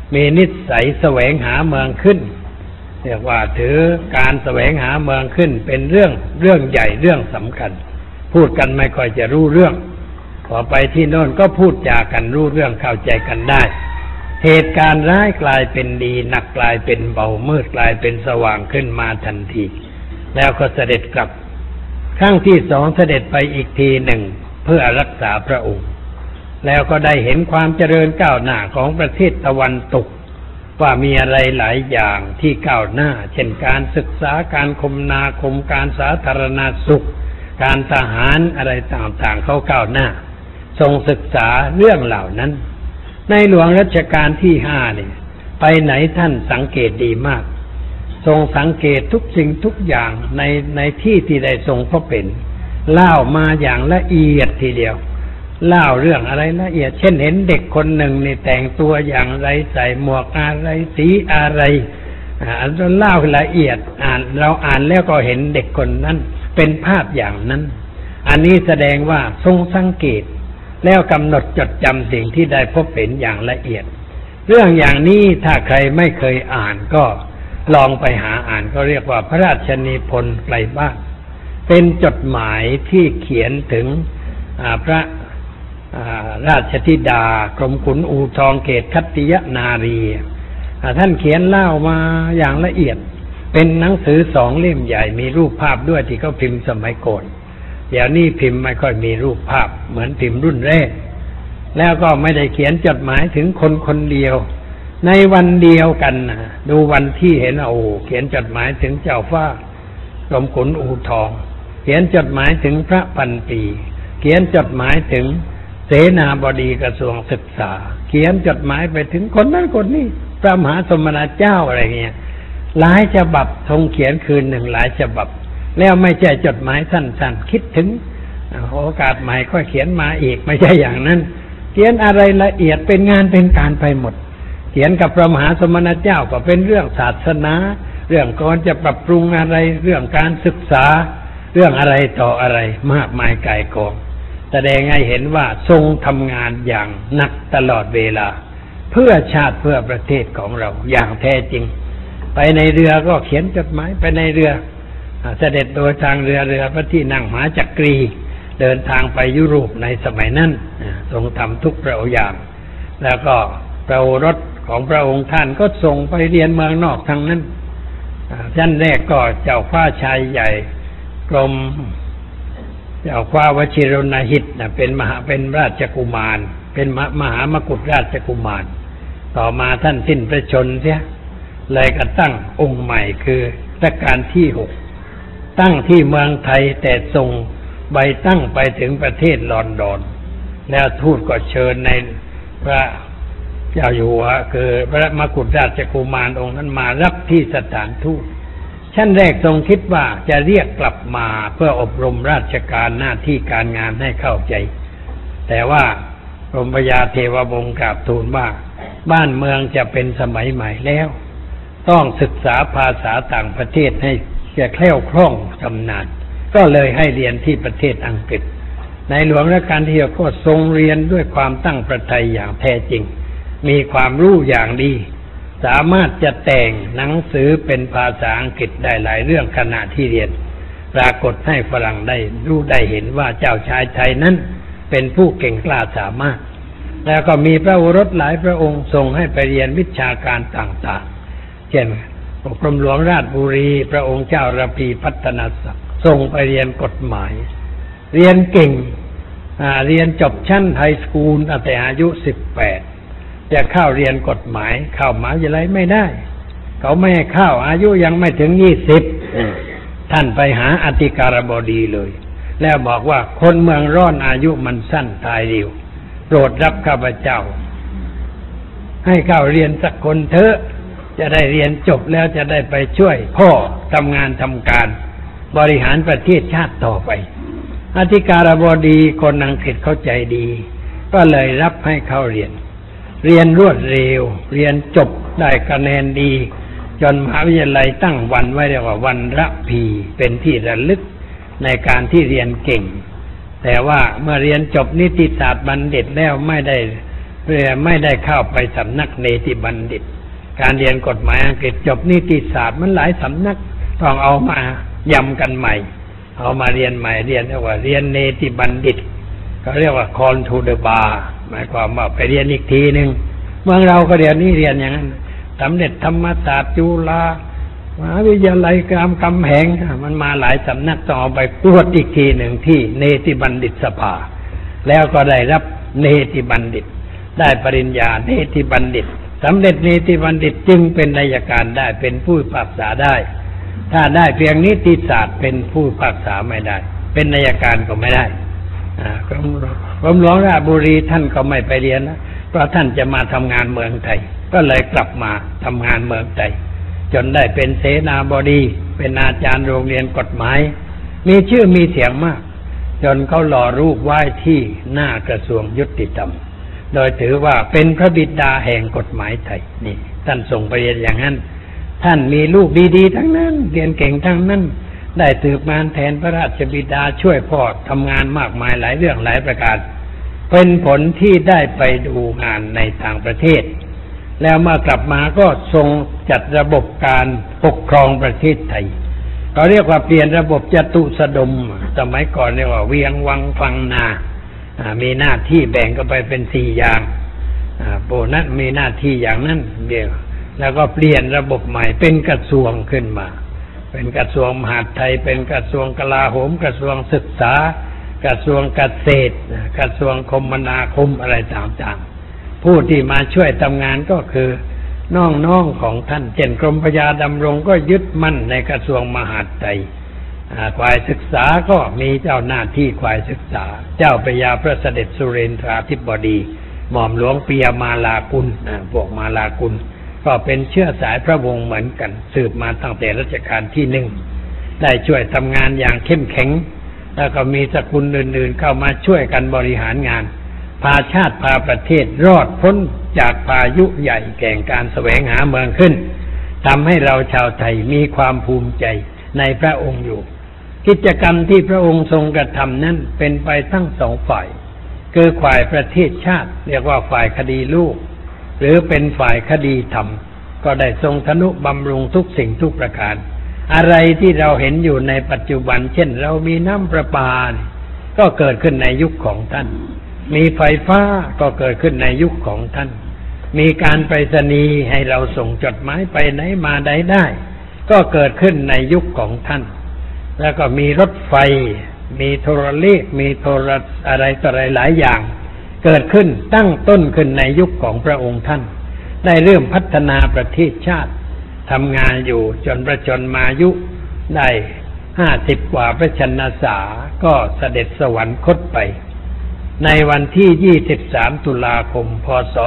มีนิสัยแสวงหาเมืองขึ้นเรียกว่าถือการแสวงหาเมืองขึ้นเป็นเรื่องใหญ่เรื่องสำคัญพูดกันไม่ค่อยจะรู้เรื่องพอไปที่โน่นก็พูดจากันรู้เรื่องเข้าใจกันได้เหตุการณ์ร้ายกลายเป็นดีหนักกลายเป็นเบามืดกลายเป็นสว่างขึ้นมาทันทีแล้วก็เสด็จกลับครั้งที่สองเสด็จไปอีกทีหนึ่งเพื่อรักษาพระองค์แล้วก็ได้เห็นความเจริญก้าวหน้าของประเทศตะวันตกว่ามีอะไรหลายอย่างที่ก้าวหน้าเช่นการศึกษาการคมนาคมการสาธารณสุขการทหารอะไรต่างๆเขาก้าวหน้าทรงศึกษาเรื่องเหล่านั้นในหลวงรัชกาลที่5เนี่ยไปไหนท่านสังเกตดีมากทรงสังเกตทุกสิ่งทุกอย่างในที่ที่ได้ทรงพบเห็นเล่ามาอย่างละเอียดทีเดียวเล่าเรื่องอะไรละเอียดเช่นเห็นเด็กคนหนึ่งนี่แต่งตัวอย่างไรใส่หมวกอะไรสีอะไรเล่าละเอียดเราอ่านแล้วก็เห็นเด็กคนนั้นเป็นภาพอย่างนั้นอันนี้แสดงว่าทรงสังเกตแล้วกำหนดจดจำสิ่งที่ได้พบเห็นอย่างละเอียดเรื่องอย่างนี้ถ้าใครไม่เคยอ่านก็ลองไปหาอ่านก็เรียกว่าพระราชนิพนธ์ไกลบ้านเป็นจดหมายที่เขียนถึงพระราชธิดากรมขุนอูทองเกตคัตติยนารีท่านเขียนเล่ามาอย่างละเอียดเป็นหนังสือ2 เล่มใหญ่มีรูปภาพด้วยที่เขาพิมพ์สมัยก่อนเดี๋ยวนี้พิมพ์ไม่ค่อยมีรูปภาพเหมือนพิมพ์รุ่นแรกแล้วก็ไม่ได้เขียนจดหมายถึงคนคนเดียวในวันเดียวกันดูวันที่เห็นเขียนจดหมายถึงเจ้าฟ้ากรมขุนอูทองเขียนจดหมายถึงพระพันปีเขียนจดหมายถึงเสนาบดีกระทรวงศึกษาเขียนจดหมายไปถึงคนนั้นคนนี้พระมหาสมณเจ้าอะไรเงี้ยหลายฉบับทรงเขียนคืนหนึ่งหลายฉบับแล้วไม่ใช่จดหมายสั้นๆคิดถึงโอกาสใหม่ก็เขียนมาอีกไม่ใช่อย่างนั้นเขียนอะไรละเอียดเป็นงานเป็นการไปหมดเขียนกับพระมหาสมณเจ้าก็เป็นเรื่องศาสนาเรื่องก่อนจะปรับปรุงอะไรเรื่องการศึกษาเรื่องอะไรต่ออะไรมากมายก่ายกองแสดงให้เห็นว่าทรงทำงานอย่างหนักตลอดเวลาเพื่อชาติเพื่อประเทศของเราอย่างแท้จริงไปในเรือก็เขียนจดหมายไปในเรือเสด็จโดยทางเรือพระที่นั่งมหาจักรีเดินทางไปยุโรปในสมัยนั้นทรงทำทุกพระองค์อย่างแล้วก็พระโอรสของพระองค์ท่านก็ส่งไปเรียนเมืองนอกทางนั้นท่านแรกก็เจ้าฟ้าชายใหญ่กรมเจ้าฟ้าวชิรณหิตเป็นราชกุมารเป็นมหามกุฎราชกุมารต่อมาท่านสิ้นพระชนม์เสียเลยก็ตั้งองค์ใหม่คือรัชกาลที่6ตั้งที่เมืองไทยแต่ส่งใบตั้งไปถึงประเทศลอนดอนแล้วทูตก็เชิญในพระเจ้าอยู่หัวคือพระมกุฎราชกุมารองค์นั้นมารับที่สถานทูตชั้นแรกทรงคิดว่าจะเรียกกลับมาเพื่ออบรมราชการหน้าที่การงานให้เข้าใจแต่ว่ากรมพระยาเทววงศ์กราบทูลว่าบ้านเมืองจะเป็นสมัยใหม่แล้วต้องศึกษาภาษาต่างประเทศให้แคล่วคล่องชำนาญก็เลยให้เรียนที่ประเทศอังกฤษในหลวงรัชกาลที่6ก็ทรงเรียนด้วยความตั้งพระทัยอย่างแท้จริงมีความรู้อย่างดีสามารถจะแต่งหนังสือเป็นภาษาอังกฤษได้หลายเรื่องขณะที่เรียนปรากฏให้ฝรั่งได้รู้ได้เห็นว่าเจ้าชายไทยนั้นเป็นผู้เก่งกล้าสามารถแล้วก็มีพระโอรสหลายพระองค์ส่งให้ไปเรียนวิชาการต่างๆเช่นกรมหลวงราชบุรีพระองค์เจ้าระพีพัฒนศักดิ์ส่งไปเรียนกฎหมายเรียนเก่งเรียนจบชั้นไฮสคูลตั้งแต่อายุ18จะเข้าเรียนกฎหมายเข้ามหาวิทยาลัยไม่ได้เขาไม่ให้เข้าอายุยังไม่ถึง20ท่านไปหาอธิการบดีเลยแล้วบอกว่าคนเมืองร้อนอายุมันสั้นตายเร็วโปรดรับข้าพเจ้าให้เข้าเรียนสักคนเถอะจะได้เรียนจบแล้วจะได้ไปช่วยพ่อทำงานทำการบริหารประเทศชาติต่อไปอธิการบดีคนอังกฤษเข้าใจดีก็เลยรับให้เข้าเรียนรวดเร็วเรียนจบได้คะแนนดีจนมหาวิทยาลัยตั้งวันไว้เรียกว่าวันระพีเป็นที่ระลึกในการที่เรียนเก่งแต่ว่าเมื่อเรียนจบนิติศาสตร์บัณฑิตแล้วไม่ได้ไม่ได้เข้าไปสำนักเนติบัณฑิตการเรียนกฎหมายอังกฤษจบนิติศาสตร์มันหลายสำนักต้องเอามายำกันใหม่เอามาเรียนใหม่เรียนว่าเรียนเนติบัณฑิตเขาเรียกว่า Call to the bar หมายความว่าไปเรียนอีกทีหนึ่งเมืองเราก็เรียนนี่เรียนอย่างนั้นสำเร็จธรรมศาสตร์จุฬามหาวิทยาลัยรามคำแหงมันมาหลายสำนักต้องเอาไปตรวจอีกทีหนึ่งที่เนติบัณฑิตสภาแล้วก็ได้รับเนติบัณฑิตได้ปริญญาเนติบัณฑิตสำเร็จเนติบัณฑิตจึงเป็นอัยการได้เป็นผู้พิพากษาได้ถ้าได้เพียงนิติศาสตร์เป็นผู้พิพากษาไม่ได้เป็นอัยการก็ไม่ได้กรมหลวงราชบุรีท่านก็ไม่ไปเรียนนะเพราะท่านจะมาทำงานเมืองไทยก็เลยกลับมาทำงานเมืองไทยจนได้เป็นเสนาบดีเป็นอาจารย์โรงเรียนกฎหมายมีชื่อมีเสียงมากจนเขาหล่อรูปไว้ที่หน้ากระทรวงยุติธรรมโดยถือว่าเป็นพระบิดาแห่งกฎหมายไทยนี่ท่านส่งไปเรียนอย่างนั้นท่านมีลูกดีๆทั้งนั้นเรียนเก่งทั้งนั้นได้สืบงานแทนพระราชบิดาช่วยพ่อทำงานมากมายหลายเรื่องหลายประการเป็นผลที่ได้ไปดูงานในต่างประเทศแล้วเมื่อกลับมาก็ทรงจัดระบบการปกครองประเทศไทยเขาเรียกว่าเปลี่ยนระบบจตุสดมสมัยก่อนเรียกว่าเวียงวังฟังนามีหน้าที่แบ่งกันไปเป็น4อย่างโบนัสมีหน้าที่อย่างนั้นเดียวแล้วก็เปลี่ยนระบบใหม่เป็นกระทรวงขึ้นมาเป็นกระทรวงมหาดไทยเป็นกระทรวงกลาโหมกระทรวงศึกษากระทรวงเกษตรกระทรวงคมนาคมอะไรต่างๆผู้ที่มาช่วยทำงานก็คือน้องๆของท่านเช่นกรมพระยาดำรงก็ยึดมั่นในกระทรวงมหาดไทยฝ่ายศึกษาก็มีเจ้าหน้าที่ฝ่ายศึกษาเจ้าพระยาพระเสด็จสุเรนทราธิบดีหม่อมหลวงปิยมาลากุลพวกมาลากุลก็เป็นเชื้อสายพระวงศ์เหมือนกันสืบมาตั้งแต่รัชกาลที่1ได้ช่วยทำงานอย่างเข้มแข็งแล้วก็มีสกุลอื่นๆเข้ามาช่วยกันบริหารงานพาชาติพาประเทศรอดพ้นจากพายุใหญ่แก่งการแสวงหาเมืองขึ้นทำให้เราชาวไทยมีความภูมิใจในพระองค์อยู่กิจกรรมที่พระองค์ทรงกระทำนั้นเป็นไปทั้งสองฝ่ายคือฝ่ายประเทศชาติเรียกว่าฝ่ายคดีลูกหรือเป็นฝ่ายคดีธรรมก็ได้ทรงทนุบำรุงทุกสิ่งทุกประการอะไรที่เราเห็นอยู่ในปัจจุบันเช่นเรามีน้ำประปาก็เกิดขึ้นในยุคของท่านมีไฟฟ้าก็เกิดขึ้นในยุคของท่านมีการไปรษณีย์ให้เราส่งจดหมายไปไหนมาใดได้ก็เกิดขึ้นในยุคของท่านแล้วก็มีรถไฟมีโทรเลขมีโทรอะไรต่ออะไรหลายอย่างเกิดขึ้นตั้งต้นขึ้นในยุคของพระองค์ท่านได้เริ่มพัฒนาประเทศชาติทำงานอยู่จนประชนมายุได้50 กว่าพระชนสาก็เสด็จสวรรคตไปในวันที่23 ตุลาคมพ.ศ.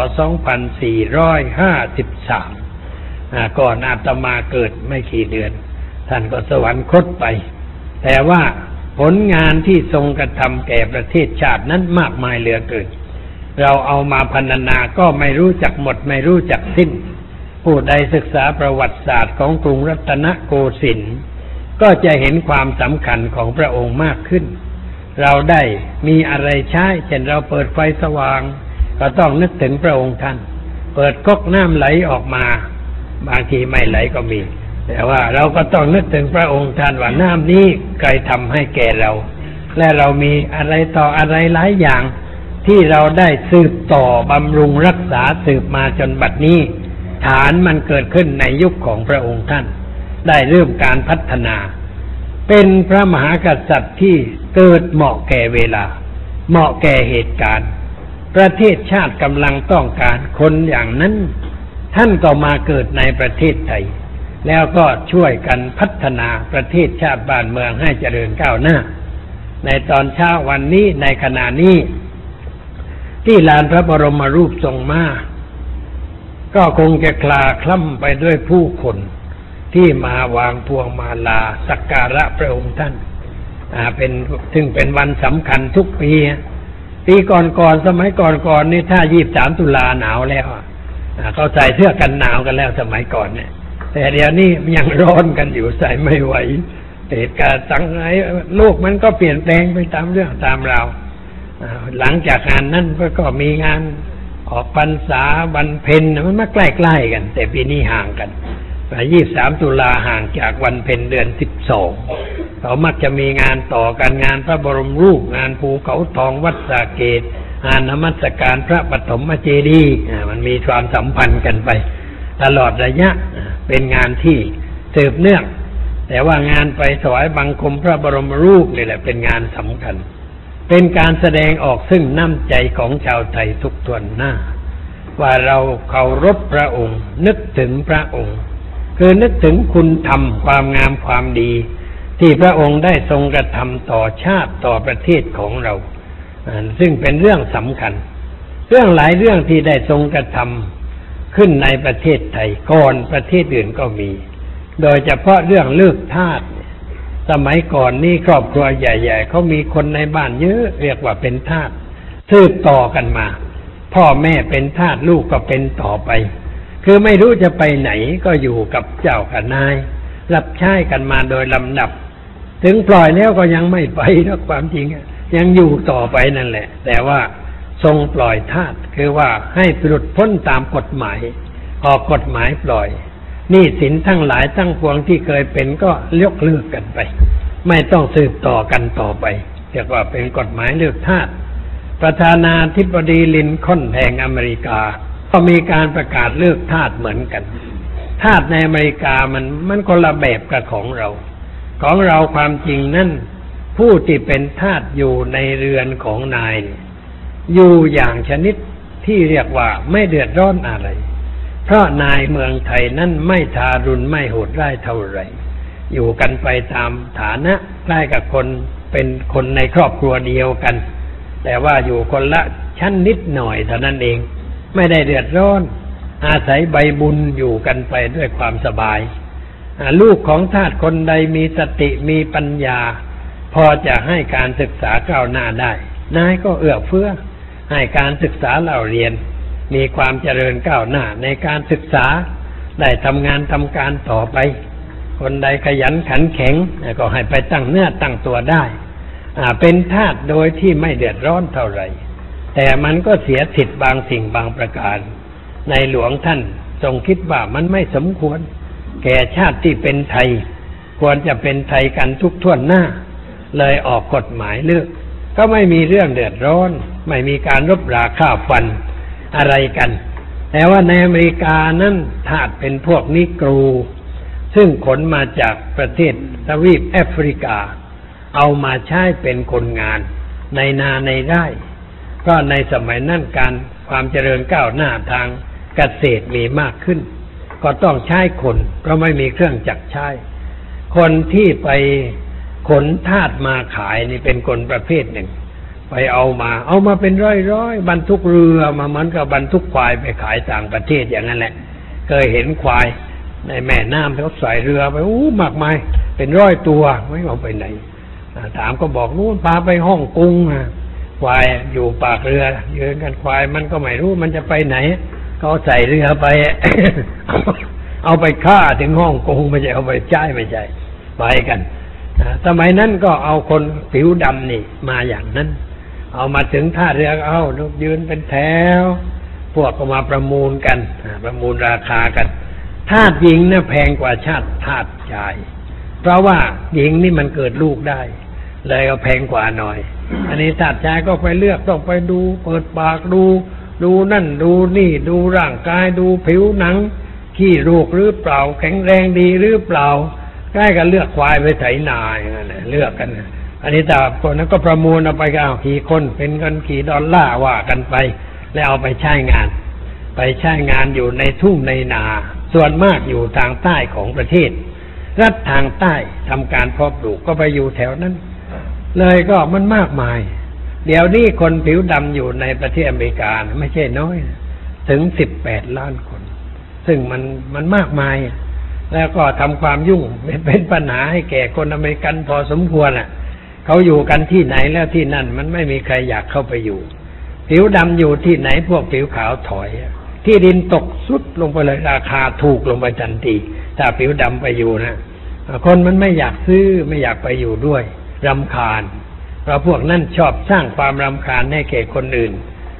2453ก่อนอาตมาเกิดไม่กี่เดือนท่านก็สวรรคตไปแต่ว่าผลงานที่ทรงกระทำแก่ประเทศชาตินั้นมากมายเหลือเกินเราเอามาพรรณนาก็ไม่รู้จักหมดไม่รู้จักสิ้นผู้ใดศึกษาประวัติศาสตร์ของกรุงรัตนโกสินทร์ก็จะเห็นความสำคัญของพระองค์มากขึ้นเราได้มีอะไรใช้เช่นเราเปิดไฟสว่างก็ต้องนึกถึงพระองค์ท่านเปิดก๊อกน้ำไหลออกมาบางทีไม่ไหลก็มีแต่ว่าเราก็ต้องนึกถึงพระองค์ท่านว่าน้ำนี้ใครทำให้แก่เราและเรามีอะไรต่ออะไรหลายอย่างที่เราได้สืบต่อบำรุงรักษาสืบมาจนบัดนี้ฐานมันเกิดขึ้นในยุคของพระองค์ท่านได้เริ่มการพัฒนาเป็นพระมหากษัตริย์ที่เกิดเหมาะแก่เวลาเหมาะแก่เหตุการณ์ประเทศชาติกำลังต้องการคนอย่างนั้นท่านก็มาเกิดในประเทศไทยแล้วก็ช่วยกันพัฒนาประเทศชาติบ้านเมืองให้เจริญก้าวหน้าในตอนเช้าวันนี้ในขณะนี้ที่ลานพระบรมรูปทรงมาก็คงจะคลาคล่ำไปด้วยผู้คนที่มาวางพวงมาลาสักการะพระองค์ท่านซึ่งเป็นวันสำคัญทุกปีก่อนสมัยก่อนนี่ถ้า23 ตุลาหนาวแล้วเขาใส่เสื้อกันหนาวกันแล้วสมัยก่อนเนี่ยแต่เดี๋ยวนี้ยังร้อนกันอยู่ใส่ไม่ไหวเหตุการณ์สังหารโลกมันก็เปลี่ยนแปลงไปตามเรื่องตามราวหลังจากงานนั้นก็มีงานออกพรรษาวันเพ็ญมันมาใกล้ๆกันแต่ปีนี้ห่างกัน23 ตุลาห่างจากวันเพ็ญเดือน12เขามักจะมีงานต่อกันงานพระบรมรูปงานภูเขาทองวัดสาเกตงานนมัสการพระปฐมเจดีย์มันมีความสัมพันธ์กันไปตลอดระยะเป็นงานที่สืบเนื่องแต่ว่างานไปถวายบังคมพระบรมรูปนี่แหละเป็นงานสำคัญเป็นการแสดงออกซึ่งน้ำใจของชาวไทยทุกทวนหน้าว่าเราเคารพพระองค์นึกถึงพระองค์คือนึกถึงคุณธรรมความงามความดีที่พระองค์ได้ทรงกระทำต่อชาติต่อประเทศของเราซึ่งเป็นเรื่องสำคัญเรื่องหลายเรื่องที่ได้ทรงกระทำขึ้นในประเทศไทยก่อนประเทศอื่นก็มีโดยเฉพาะเรื่องเลิกทาสสมัยก่อนนี่ครอบครัวใหญ่ๆเขามีคนในบ้านเยอะเรียกว่าเป็นทาสสืบต่อกันมาพ่อแม่เป็นทาสลูกก็เป็นต่อไปคือไม่รู้จะไปไหนก็อยู่กับเจ้ากับนายรับใช้กันมาโดยลำดับถึงปล่อยแล้วก็ยังไม่ไปนะความจริงยังอยู่ต่อไปนั่นแหละแต่ว่าทรงปล่อยทาสคือว่าให้หลุดพ้นตามกฎหมายออกกฎหมายปล่อยหนี้สินทั้งหลายทั้งปวงที่เคยเป็นก็ยกเลิกกันไปไม่ต้องสืบต่อกันต่อไปเรียกว่าเป็นกฎหมายเลิกทาสประธานาธิบดีลินคอล์นแห่งอเมริกาก็มีการประกาศเลิกทาสเหมือนกันทาสในอเมริกามันคนละแบบกับของเราความจริงนั่นผู้ที่เป็นทาสอยู่ในเรือนของนายอยู่อย่างชนิดที่เรียกว่าไม่เดือดร้อนอะไรเพราะนายเมืองไทยนั้นไม่ทารุณไม่โหดร้ายเท่าไหร่อยู่กันไปตามฐานะใกล้กับคนเป็นคนในครอบครัวเดียวกันแต่ว่าอยู่คนละชั้นนิดหน่อยเท่านั้นเองไม่ได้เดือดร้อนอาศัยใบบุญอยู่กันไปด้วยความสบายลูกของทาสคนใดมีสติมีปัญญาพอจะให้การศึกษาก้าวหน้าได้นายก็เอื้อเฟื้อให้การศึกษาเล่าเรียนมีความเจริญก้าวหน้าในการศึกษาได้ทำงานทำการต่อไปคนใดขยันขันแข็งก็ให้ไปตั้งเนื้อตั้งตัวได้เป็นทาสโดยที่ไม่เดือดร้อนเท่าไหร่แต่มันก็เสียสิทธิ์บางสิ่งบางประการในหลวงท่านทรงคิดว่ามันไม่สมควรแก่ชาติที่เป็นไทยควรจะเป็นไทยกันทุกทั่วหน้าเลยออกกฎหมายเลิกก็ไม่มีเรื่องเดือดร้อนไม่มีการรบราฆ่าฟันอะไรกันแต่ว่าในอเมริกานั้นทาสเป็นพวกนิกรูซึ่งขนมาจากประเทศทวีปแอฟริกาเอามาใช้เป็นคนงานในนาในไร่ก็ในสมัยนั้นการความเจริญก้าวหน้าทางเกษตรมีมากขึ้นก็ต้องใช้คนเพราะไม่มีเครื่องจักรใช้คนที่ไปขนทาสมาขายนี่เป็นคนประเภทหนึ่งไปเอามาเป็นร้อยๆบรรทุกเรือมาเหมือนกับบรรทุกควายไปขายต่างประเทศอย่างนั้นแหละเคยเห็นควายในแม่น้ำเขาใส่เรือไปมากมายเป็น100 ตัวไม่เอาไปไหนถามก็บอกนู่นพาไปฮ่องกงควายอยู่ปากเรือยืนกันควายมันก็ไม่รู้มันจะไปไหนเขาใส่เรือไป เอาไปฆ่าถึงฮ่องกงไม่ใช่เอาไปใช้ไม่ใช่ไปกันสมัยนั้นก็เอาคนผิวดำนี่มาอย่างนั้นเอามาถึงท่าเรือเอายืนเป็นแถวพวกก็มาประมูลกันประมูลราคากันทาสหญิงเนี่ยแพงกว่าทาสชายเพราะว่าหญิงนี่มันเกิดลูกได้เลยก็แพงกว่าหน่อยอันนี้ทาสชายก็ไปเลือกต้องไปดูเปิดปากดูนั่นดูนี่ดูร่างกายดูผิวหนังขี้โรคหรือเปล่าแข็งแรงดีหรือเปล่าใกล้กันเลือกควายไปไถนาอย่างนั้นเลือกกันอันนี้แต่คนนั้นก็ประมูลเอาไปก็กี่คนเป็นเงินกี่ดอลลาร์ว่ากันไปแล้วเอาไปใช้งานอยู่ในทุ่งในนาส่วนมากอยู่ทางใต้ของประเทศรัฐทางใต้ทำการเพาะปลูกก็ไปอยู่แถวนั้นเลยก็มันมากมายเดี๋ยวนี้คนผิวดำอยู่ในประเทศอเมริกาไม่ใช่น้อยถึง18 ล้านคนซึ่งมันมากมายแล้วก็ทำความยุ่งเป็นปัญหาให้แก่คนอเมริกันพอสมควรเขาอยู่กันที่ไหนแล้วที่นั่นมันไม่มีใครอยากเข้าไปอยู่ผิวดำอยู่ที่ไหนพวกผิวขาวถอยที่ดินตกสุดลงไปเลยราคาถูกลงไปทันทีถ้าผิวดำไปอยู่นะคนมันไม่อยากซื้อไม่อยากไปอยู่ด้วยรำคาญเพราะพวกนั้นชอบสร้างความรำคาญให้แก่คนอื่น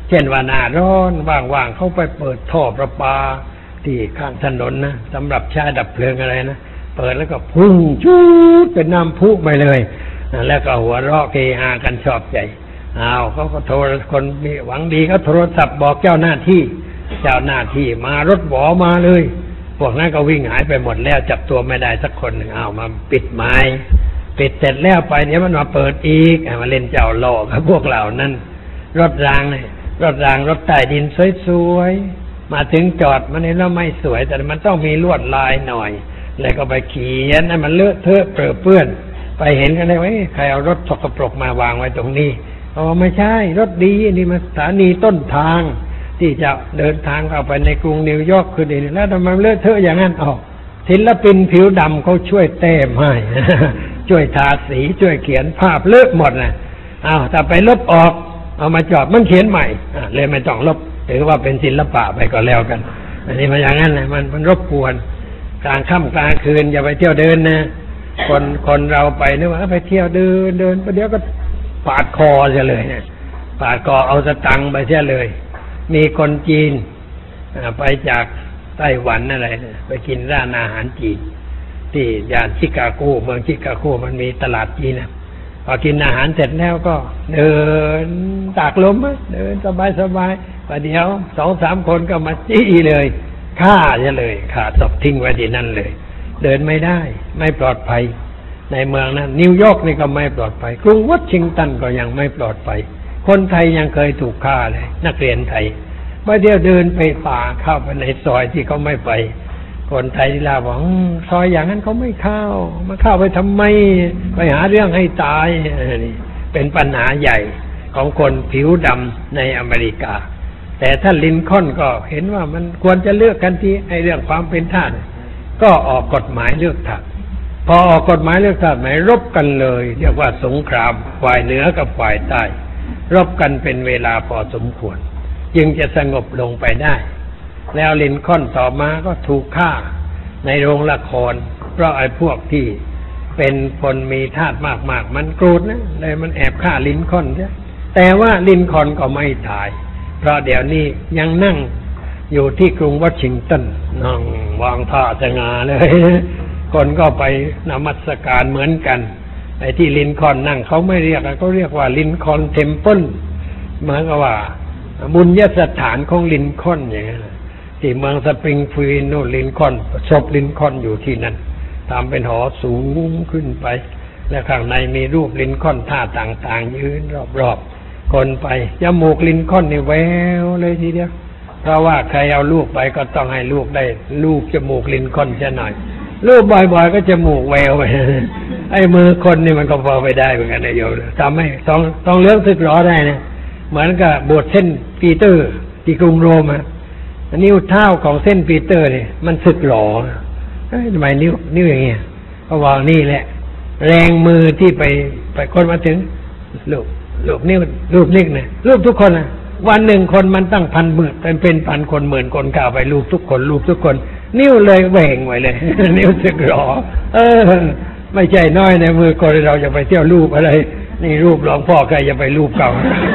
เช่นว่าหน้าร้อนว่างๆเขาไปเปิดท่อประปาที่ข้างถนนนะสำหรับใช้ดับเพลิงอะไรนะเปิดแล้วก็พุ่งชูดเป็นน้ำพุไปเลยแล้วก็หัวเราะเฮฮากันชอบใจเขาก็โทรคนมีหวังดีก็โทรศัพท์บอกเจ้าหน้าที่มารถหวอมาเลยพวกนั้นก็วิ่งหายไปหมดแล้วจับตัวไม่ได้สักคนหนึ่งมาปิดไม้ปิดเสร็จแล้วไปเดี๋ยวมันมาเปิดอีกมาเล่นเจ้าล่อกับพวกเหล่านั้นรถรางรถใต้ดินสวยๆมาถึงจอดมันนี่แล้วไม่สวยแต่มันต้องมีลวดลายหน่อยแล้วก็ไปเขียนให้มันเลอะเทอะเปื้อนไปเห็นกันเลยว่าใครเอารถสกปรกมาวางไว้ตรงนี้ไม่ใช่รถดีนี่มันสถานีต้นทางที่จะเดินทางเข้าไปในกรุงนิวยอร์กคือดีแล้วทำไมเลอะเทอะอย่างนั้นศิลปินผิวดำเขาช่วยแต้มให้ ช่วยทาสีช่วยเขียนภาพเลอะหมดนะถ้าไปลบออกเอามาจอดมันเขียนใหม่เลยไม่ต้องลบถือว่าเป็นศิลปะไปก็แล้วกันอันนี้มันอย่างนั้นนะมันรบกวนกลางค่ำกลางคืนอย่าไปเที่ยวเดินนะคนเราไปนึกว่าไปเที่ยวเดินประเดี๋ยวก็ปาดคอเสียเลยนะปาดคอเอาสตังค์ไปเสียเลยมีคนจีนไปจากไต้หวันอะไรไปกินร้านอาหารจีนที่ย่านชิคาโกเมืองชิคาโกมันมีตลาดจีนนะพอกินอาหารเสร็จแล้วก็เดินตากลมเดินสบายประเดี๋ยว 2-3 คนก็มาจี้เลยฆ่าเสียเลยฆ่าศพทิ้งไว้ที่นั่นเลยเดินไม่ได้ไม่ปลอดภัยในเมืองนั้นนิวยอร์กนี่ก็ไม่ปลอดภัยกรุงวอชิงตันก็ยังไม่ปลอดภัยคนไทยยังเคยถูกฆ่าเลยนักเรียนไทยเมื่อเดียวเดินไปป่าเข้าไปในซอยที่เขาไม่ไปคนไทยที่ลาบอกซอยอย่างนั้นเขาไม่เข้ามาเข้าไปทำไมไปหาเรื่องให้ตายนี่เป็นปัญหาใหญ่ของคนผิวดำในอเมริกาแต่ถ้าลินคอล์นก็เห็นว่ามันควรจะเลือกกันที่ไอ้เรื่องความเป็นทาสก็ออกกฎหมายเลือกทาสพอออกกฎหมายเลือกทาสหมายรบกันเลยเรียกว่าสงครามฝ่ายเหนือกับฝ่ายใต้รบกันเป็นเวลาพอสมควรจึงจะสงบลงไปได้แล้วลินคอล์นต่อมาก็ถูกฆ่าในโรงละครเพราะไอ้พวกที่เป็นคนมีทาสมากๆมันโกรธนะเลยมันแอบฆ่าลินคอล์นใช่แต่ว่าลินคอล์นก็ไม่ตายเพราะเดี๋ยวนี้ยังนั่งอยู่ที่กรุงวอชิงตันนั่งวางท่าสง่าเลยคนก็ไปนมัสการเหมือนกันไอ้ที่ลินคอล์นนั่งเขาไม่เรียกเขาเรียกว่าลินคอล์นเทมเพิลเหมือนกับว่าบุญญสถานของลินคอล์นอย่างนั้นที่เมืองสปริงฟิลด์โน่นลินคอล์นศพลินคอล์นอยู่ที่นั่นทำเป็นหอสูงขึ้นไปและข้างในมีรูปลินคอล์นท่าต่างๆยืนรอบๆคนไปจมูกลินคอล์นนี่แววเลยทีเดียวเพราะว่าใครเอาลูกไปก็ต้องให้ลูกได้ลูกจมูกลินคอล์นเสียหน่อยลูกบ่อยๆก็จมูกแววไปไอ้มือคนนี่มันก็พอไปได้เหมือนกันนะโยมทำให้ต้องเลื้องสึกหรอได้นะเหมือนกับโบสถ์เส้นปีเตอร์ที่กรุงโรมนิ้วเท้าของเส้นปีเตอร์เนี่ยมันสึกหรอทำไมนิ้วอย่างเงี้ยเพราะว่านี่แหละแรงมือที่ไปคนมาถึงลูกนิ้วรูปนิ้วเนี่ยรูปทุกคนนะวันหนึ่งคนมันตั้งพันหมื่นเป็นพันคนหมื่นคนก้าวไปรูปทุกคนนิ้วเลยแหว่งไว้เลย นิ้วสึกหรอไม่ใช่น้อยในมือคนเราอย่าไปเที่ยวรูปอะไรนี่รูปหลวงพ่อใครอย่าไปรูปเก่า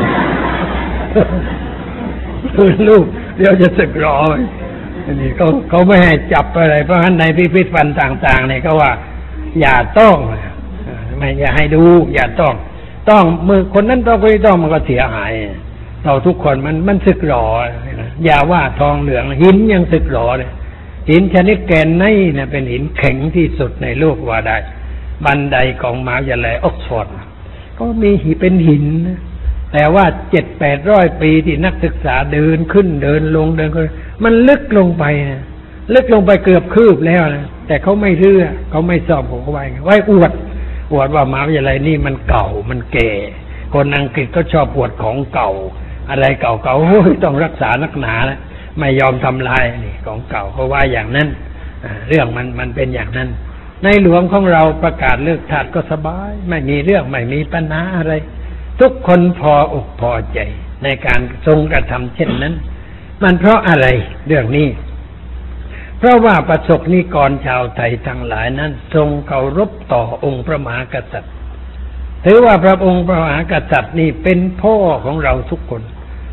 รูปเดี๋ยวจะสึกหรออันนี้เขาไม่ให้จับอะไรเพราะฉะนั้นในพิพิธภัณฑ์ต่างๆเนี่ยก็ว่าอย่าต้องไม่อย่าให้ดูอย่าต้องมือคนนั้นต้องคนนี้ต้องมันก็เสียหายเราทุกคนมันสึกหรออย่าว่าทองเหลืองหินยังสึกหรอเลยหินชนิดแกรนไนท์เนี่ยเป็นหินแข็งที่สุดในโลกว่าได้บันไดของมหาวิทยาลัยออกซฟอร์ดก็มีเป็นหินแต่ว่า 700-800 ปีที่นักศึกษาเดินขึ้นเดินลงมันลึกลงไปนะลึกลงไปเกือบคืบแล้วนะแต่เขาไม่เชื่อเขาไม่สอบของเขาไว้อวดว่ามหาวิทยาลัยนี่มันเก่ามันแก่คนอังกฤษก็ชอบอวดของเก่าอะไรเก่าๆโอ้ยต้องรักษานักหนาแล้วไม่ยอมทำลายนี่ของเก่าเขาว่าอย่างนั้นเรื่องมันเป็นอย่างนั้นในหลวงของเราประกาศเลิกทาสก็สบายไม่มีเรื่องไม่มีปัญหาอะไรทุกคนพออกพอใจในการทรงกระทำเช่นนั้นมันเพราะอะไรเรื่องนี้เพราะว่าประสบนิกรชาวไทยทั้งหลายนั้นทรงเคารพต่อองค์พระมหากษัตริย์ถือว่าพระองค์พระมหากษัตริย์นี่เป็นพ่อของเราทุกคน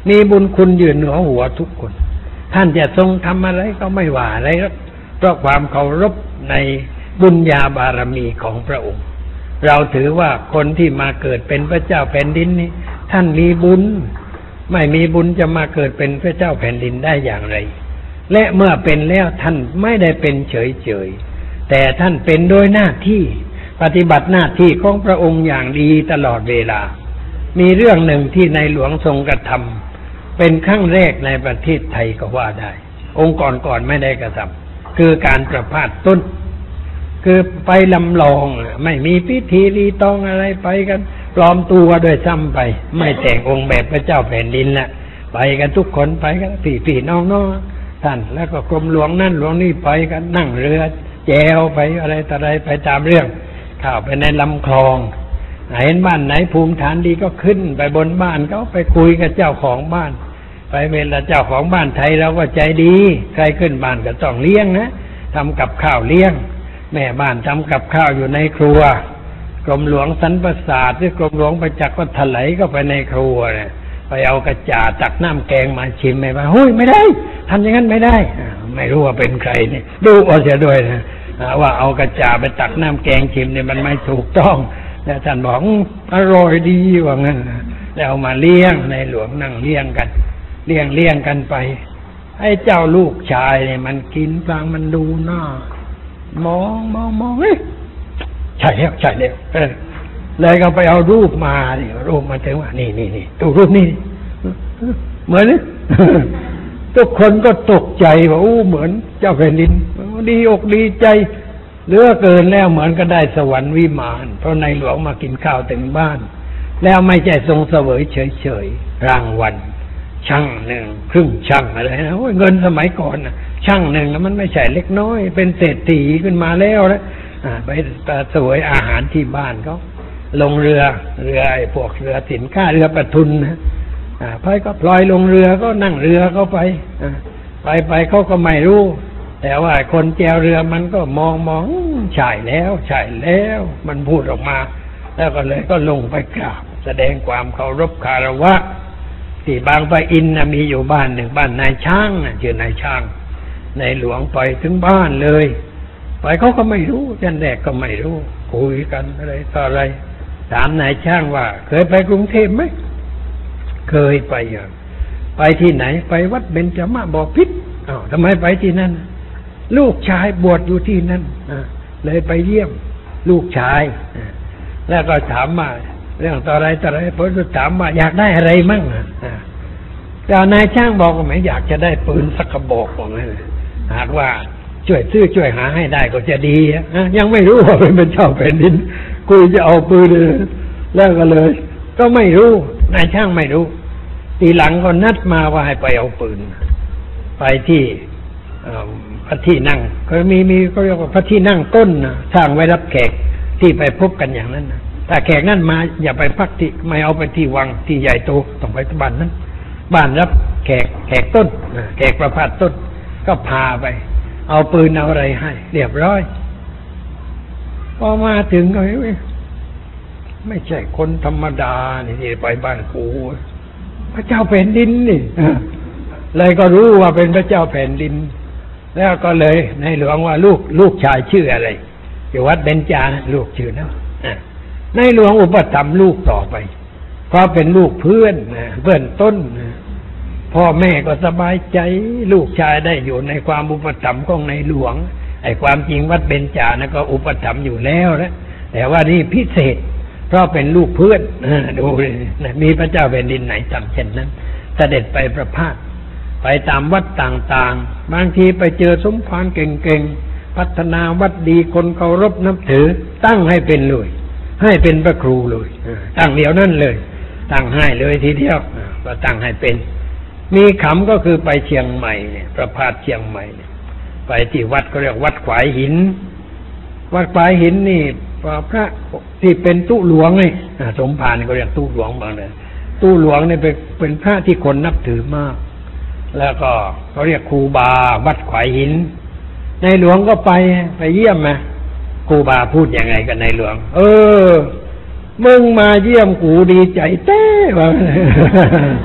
มีบุญคุณอยู่เหนือหัวทุกคนท่านจะทรงทำอะไรก็ไม่ว่าอะไรหรอกเพราะความเคารพในบุญญาบารมีของพระองค์เราถือว่าคนที่มาเกิดเป็นพระเจ้าแผ่นดินนี้ท่านมีบุญไม่มีบุญจะมาเกิดเป็นพระเจ้าแผ่นดินได้อย่างไรและเมื่อเป็นแล้วท่านไม่ได้เป็นเฉยๆแต่ท่านเป็นโดยหน้าที่ปฏิบัติหน้าที่ของพระองค์อย่างดีตลอดเวลามีเรื่องหนึ่งที่ในหลวงทรงกระทำเป็นครั้งแรกในประเทศไทยก็ว่าได้องค์ก่อนไม่ได้กระทำคือการประพาสต้นคือไปลำลองไม่มีพิธีรีตองอะไรไปกันปลอมตัวโดยซ้ำไปไม่แต่งองค์แบบพระเจ้าแผ่นดินละไปกันทุกคนไปกันพี่น้องท่านแล้วก็กรมหลวงนั่นหลวงนี่ไปกันนั่งเรือแจวไปอะไรต่ออะไรไปตามเรื่องเข้าไปในลำคลองเห็นบ้านไหนภูมิฐานดีก็ขึ้นไปบนบ้านเขาไปคุยกับเจ้าของบ้านไปเวลาเจ้าของบ้านไทยเราก็ใจดีใครขึ้นบ้านก็ต้องเลี้ยงนะทำกับข้าวเลี้ยงแม่บ้านทำกับข้าวอยู่ในครัวกรมหลวงสรรประสาทหรือกรมหลวงประจักษ์ก็ถลายก็ไปในครัวเนี่ยไปเอากระจาดตักน้ำแกงมาชิมไม่ว่าเฮ้ยไม่ได้ทำอย่างนั้นไม่ได้ไม่รู้ว่าเป็นใครนี่ดูเอาเสียด้วยนะว่าเอากระจาดไปตักน้ำแกงชิมเนี่ยมันไม่ถูกต้องแต่ท่านบอกอร่อยดีว่างั้นแล้วเอามาเลี้ยงในหลวงนั่งเลี้ยงกันเลี้ยงกันไปไอ้เจ้าลูกชายเนี่ยมันกินฟังมันดูหน้ามองเฮ้ยใช่แล้วเลยก็ไปเอารูปมาดิรูปมาถึงว่านี่ดูรูปนี่เหมือนทุกคนก็ตกใจว่าเหมือนเจ้าแผ่นดินดีอกดีใจเหลือเกินแล้วเหมือนก็ได้สวรรค์วิมานเพราะในหลวงมากินข้าวถึงบ้านแล้วไม่ใช่ทรงเสวยเฉยรางวัลช่างหนึ่งครึ่งช่างอะไรนะเงินสมัยก่อนนะช่างหนึ่งแล้วมันไม่ใช่เล็กน้อยเป็นเศรษฐีขึ้นมาแล้วนะไปเสวยอาหารที่บ้านเขาลงเรือไอ้พวกเรือสินค้าเรือประทุนนะพายก็พลอยลงเรือก็นั่งเรือเขาไปเขาก็ไม่รู้แต่ว่าคนแจวเรือมันก็มองใช่แล้วมันพูดออกมาแล้วก็เลยก็ลงไปกราบแสดงความเคารพคารวะที่บางปะอินนะมีอยู่บ้านหนึ่งบ้านนายช่างนะชื่อนายช่างในหลวงไปถึงบ้านเลยไปเขาก็ไม่รู้ท่านแรกก็ไม่รู้คุยกันอะไรต่ออะไรถามนายช่างว่าเคยไปกรุงเทพไหมเคยไปที่ไหนไปวัดเบญจมาบพิตรทำไมไปที่นั่นลูกชายบวชอยู่ที่นั่นเลยไปเยี่ยมลูกชายแล้วก็ถามมาเรื่องต่ออะไรพอถามว่าอยากได้อะไรมั่งแต่นายช่างบอกว่าไม่อยากจะได้ปืนสักกระบอกของนั่นหากว่าช่วยหาให้ได้ก็จะดียังไม่รู้ว่าเป็นเจ้าแผ่นดินกูจะเอาปืนแล้วก็เลยก็ไม่รู้นายช่างไม่รู้ทีหลังก็นัดมาว่าให้ไปเอาปืนไปที่พระที่นั่งก็มีก็เรียกว่าพระที่นั่งต้นนะสร้างไว้รับแขกที่ไปพบกันอย่างนั้นนะถ้าแขกนั่นมาอย่าไปพักที่ไม่เอาไปที่วังที่ใหญ่โตต้องไปที่บ้านนั้นบ้านรับแขกต้นแขกประพาสต้นก็พาไปเอาปืนเอาอะไรให้เรียบร้อยพอมาถึงก็ไม่ใช่คนธรรมดานี่ที่ไปบ้านกูพระเจ้าแผ่นดินนี่เลยก็รู้ว่าเป็นพระเจ้าแผ่นดินแล้วก็เลยในหลวงว่าลูกชายชื่ออะไรอยู่วัดเบญจานะลูกชื่อนะในหลวงอุปถัมภ์ลูกต่อไปเพราะเป็นลูกเพื่อนต้นพ่อแม่ก็สบายใจลูกชายได้อยู่ในความอุปถัมภ์ของในหลวงไอ้ความจริงวัดเบญจานะก็อุปถัมภ์อยู่แล้วนะแต่ว่านี่พิเศษเพราะเป็นลูกเพื่อนดูมีพระเจ้าแผ่นดินไหนทำเช่นนั้นเสด็จไปประพาสไปตามวัดต่างๆบางทีไปเจอสมภารเก่งๆพัฒนาวัดดีคนเคารพนับถือตั้งให้เป็นเลยให้เป็นพระครูเลยตั้งเดียวนั่นเลยตั้งให้เลยทีเดียวก็ตั้งให้เป็นมีขำก็คือไปเชียงใหม่เนี่ยประพาสเชียงใหม่เนี่ยไปที่วัดก็เรียกวัดขวายหินวัดขวายหินนี่พระที่เป็นตู้หลวงไงสมภารก็เรียกตู้หลวงบางเลยตู้หลวงเนี่ยเป็นพระที่คนนับถือมากแล้วก็เขาเรียกครูบาวัดขวายหินในหลวงก็ไปเยี่ยมนะครูบาพูดยังไงกันในหลวงมึงมาเยี่ยมกูดีใจเต้ว่า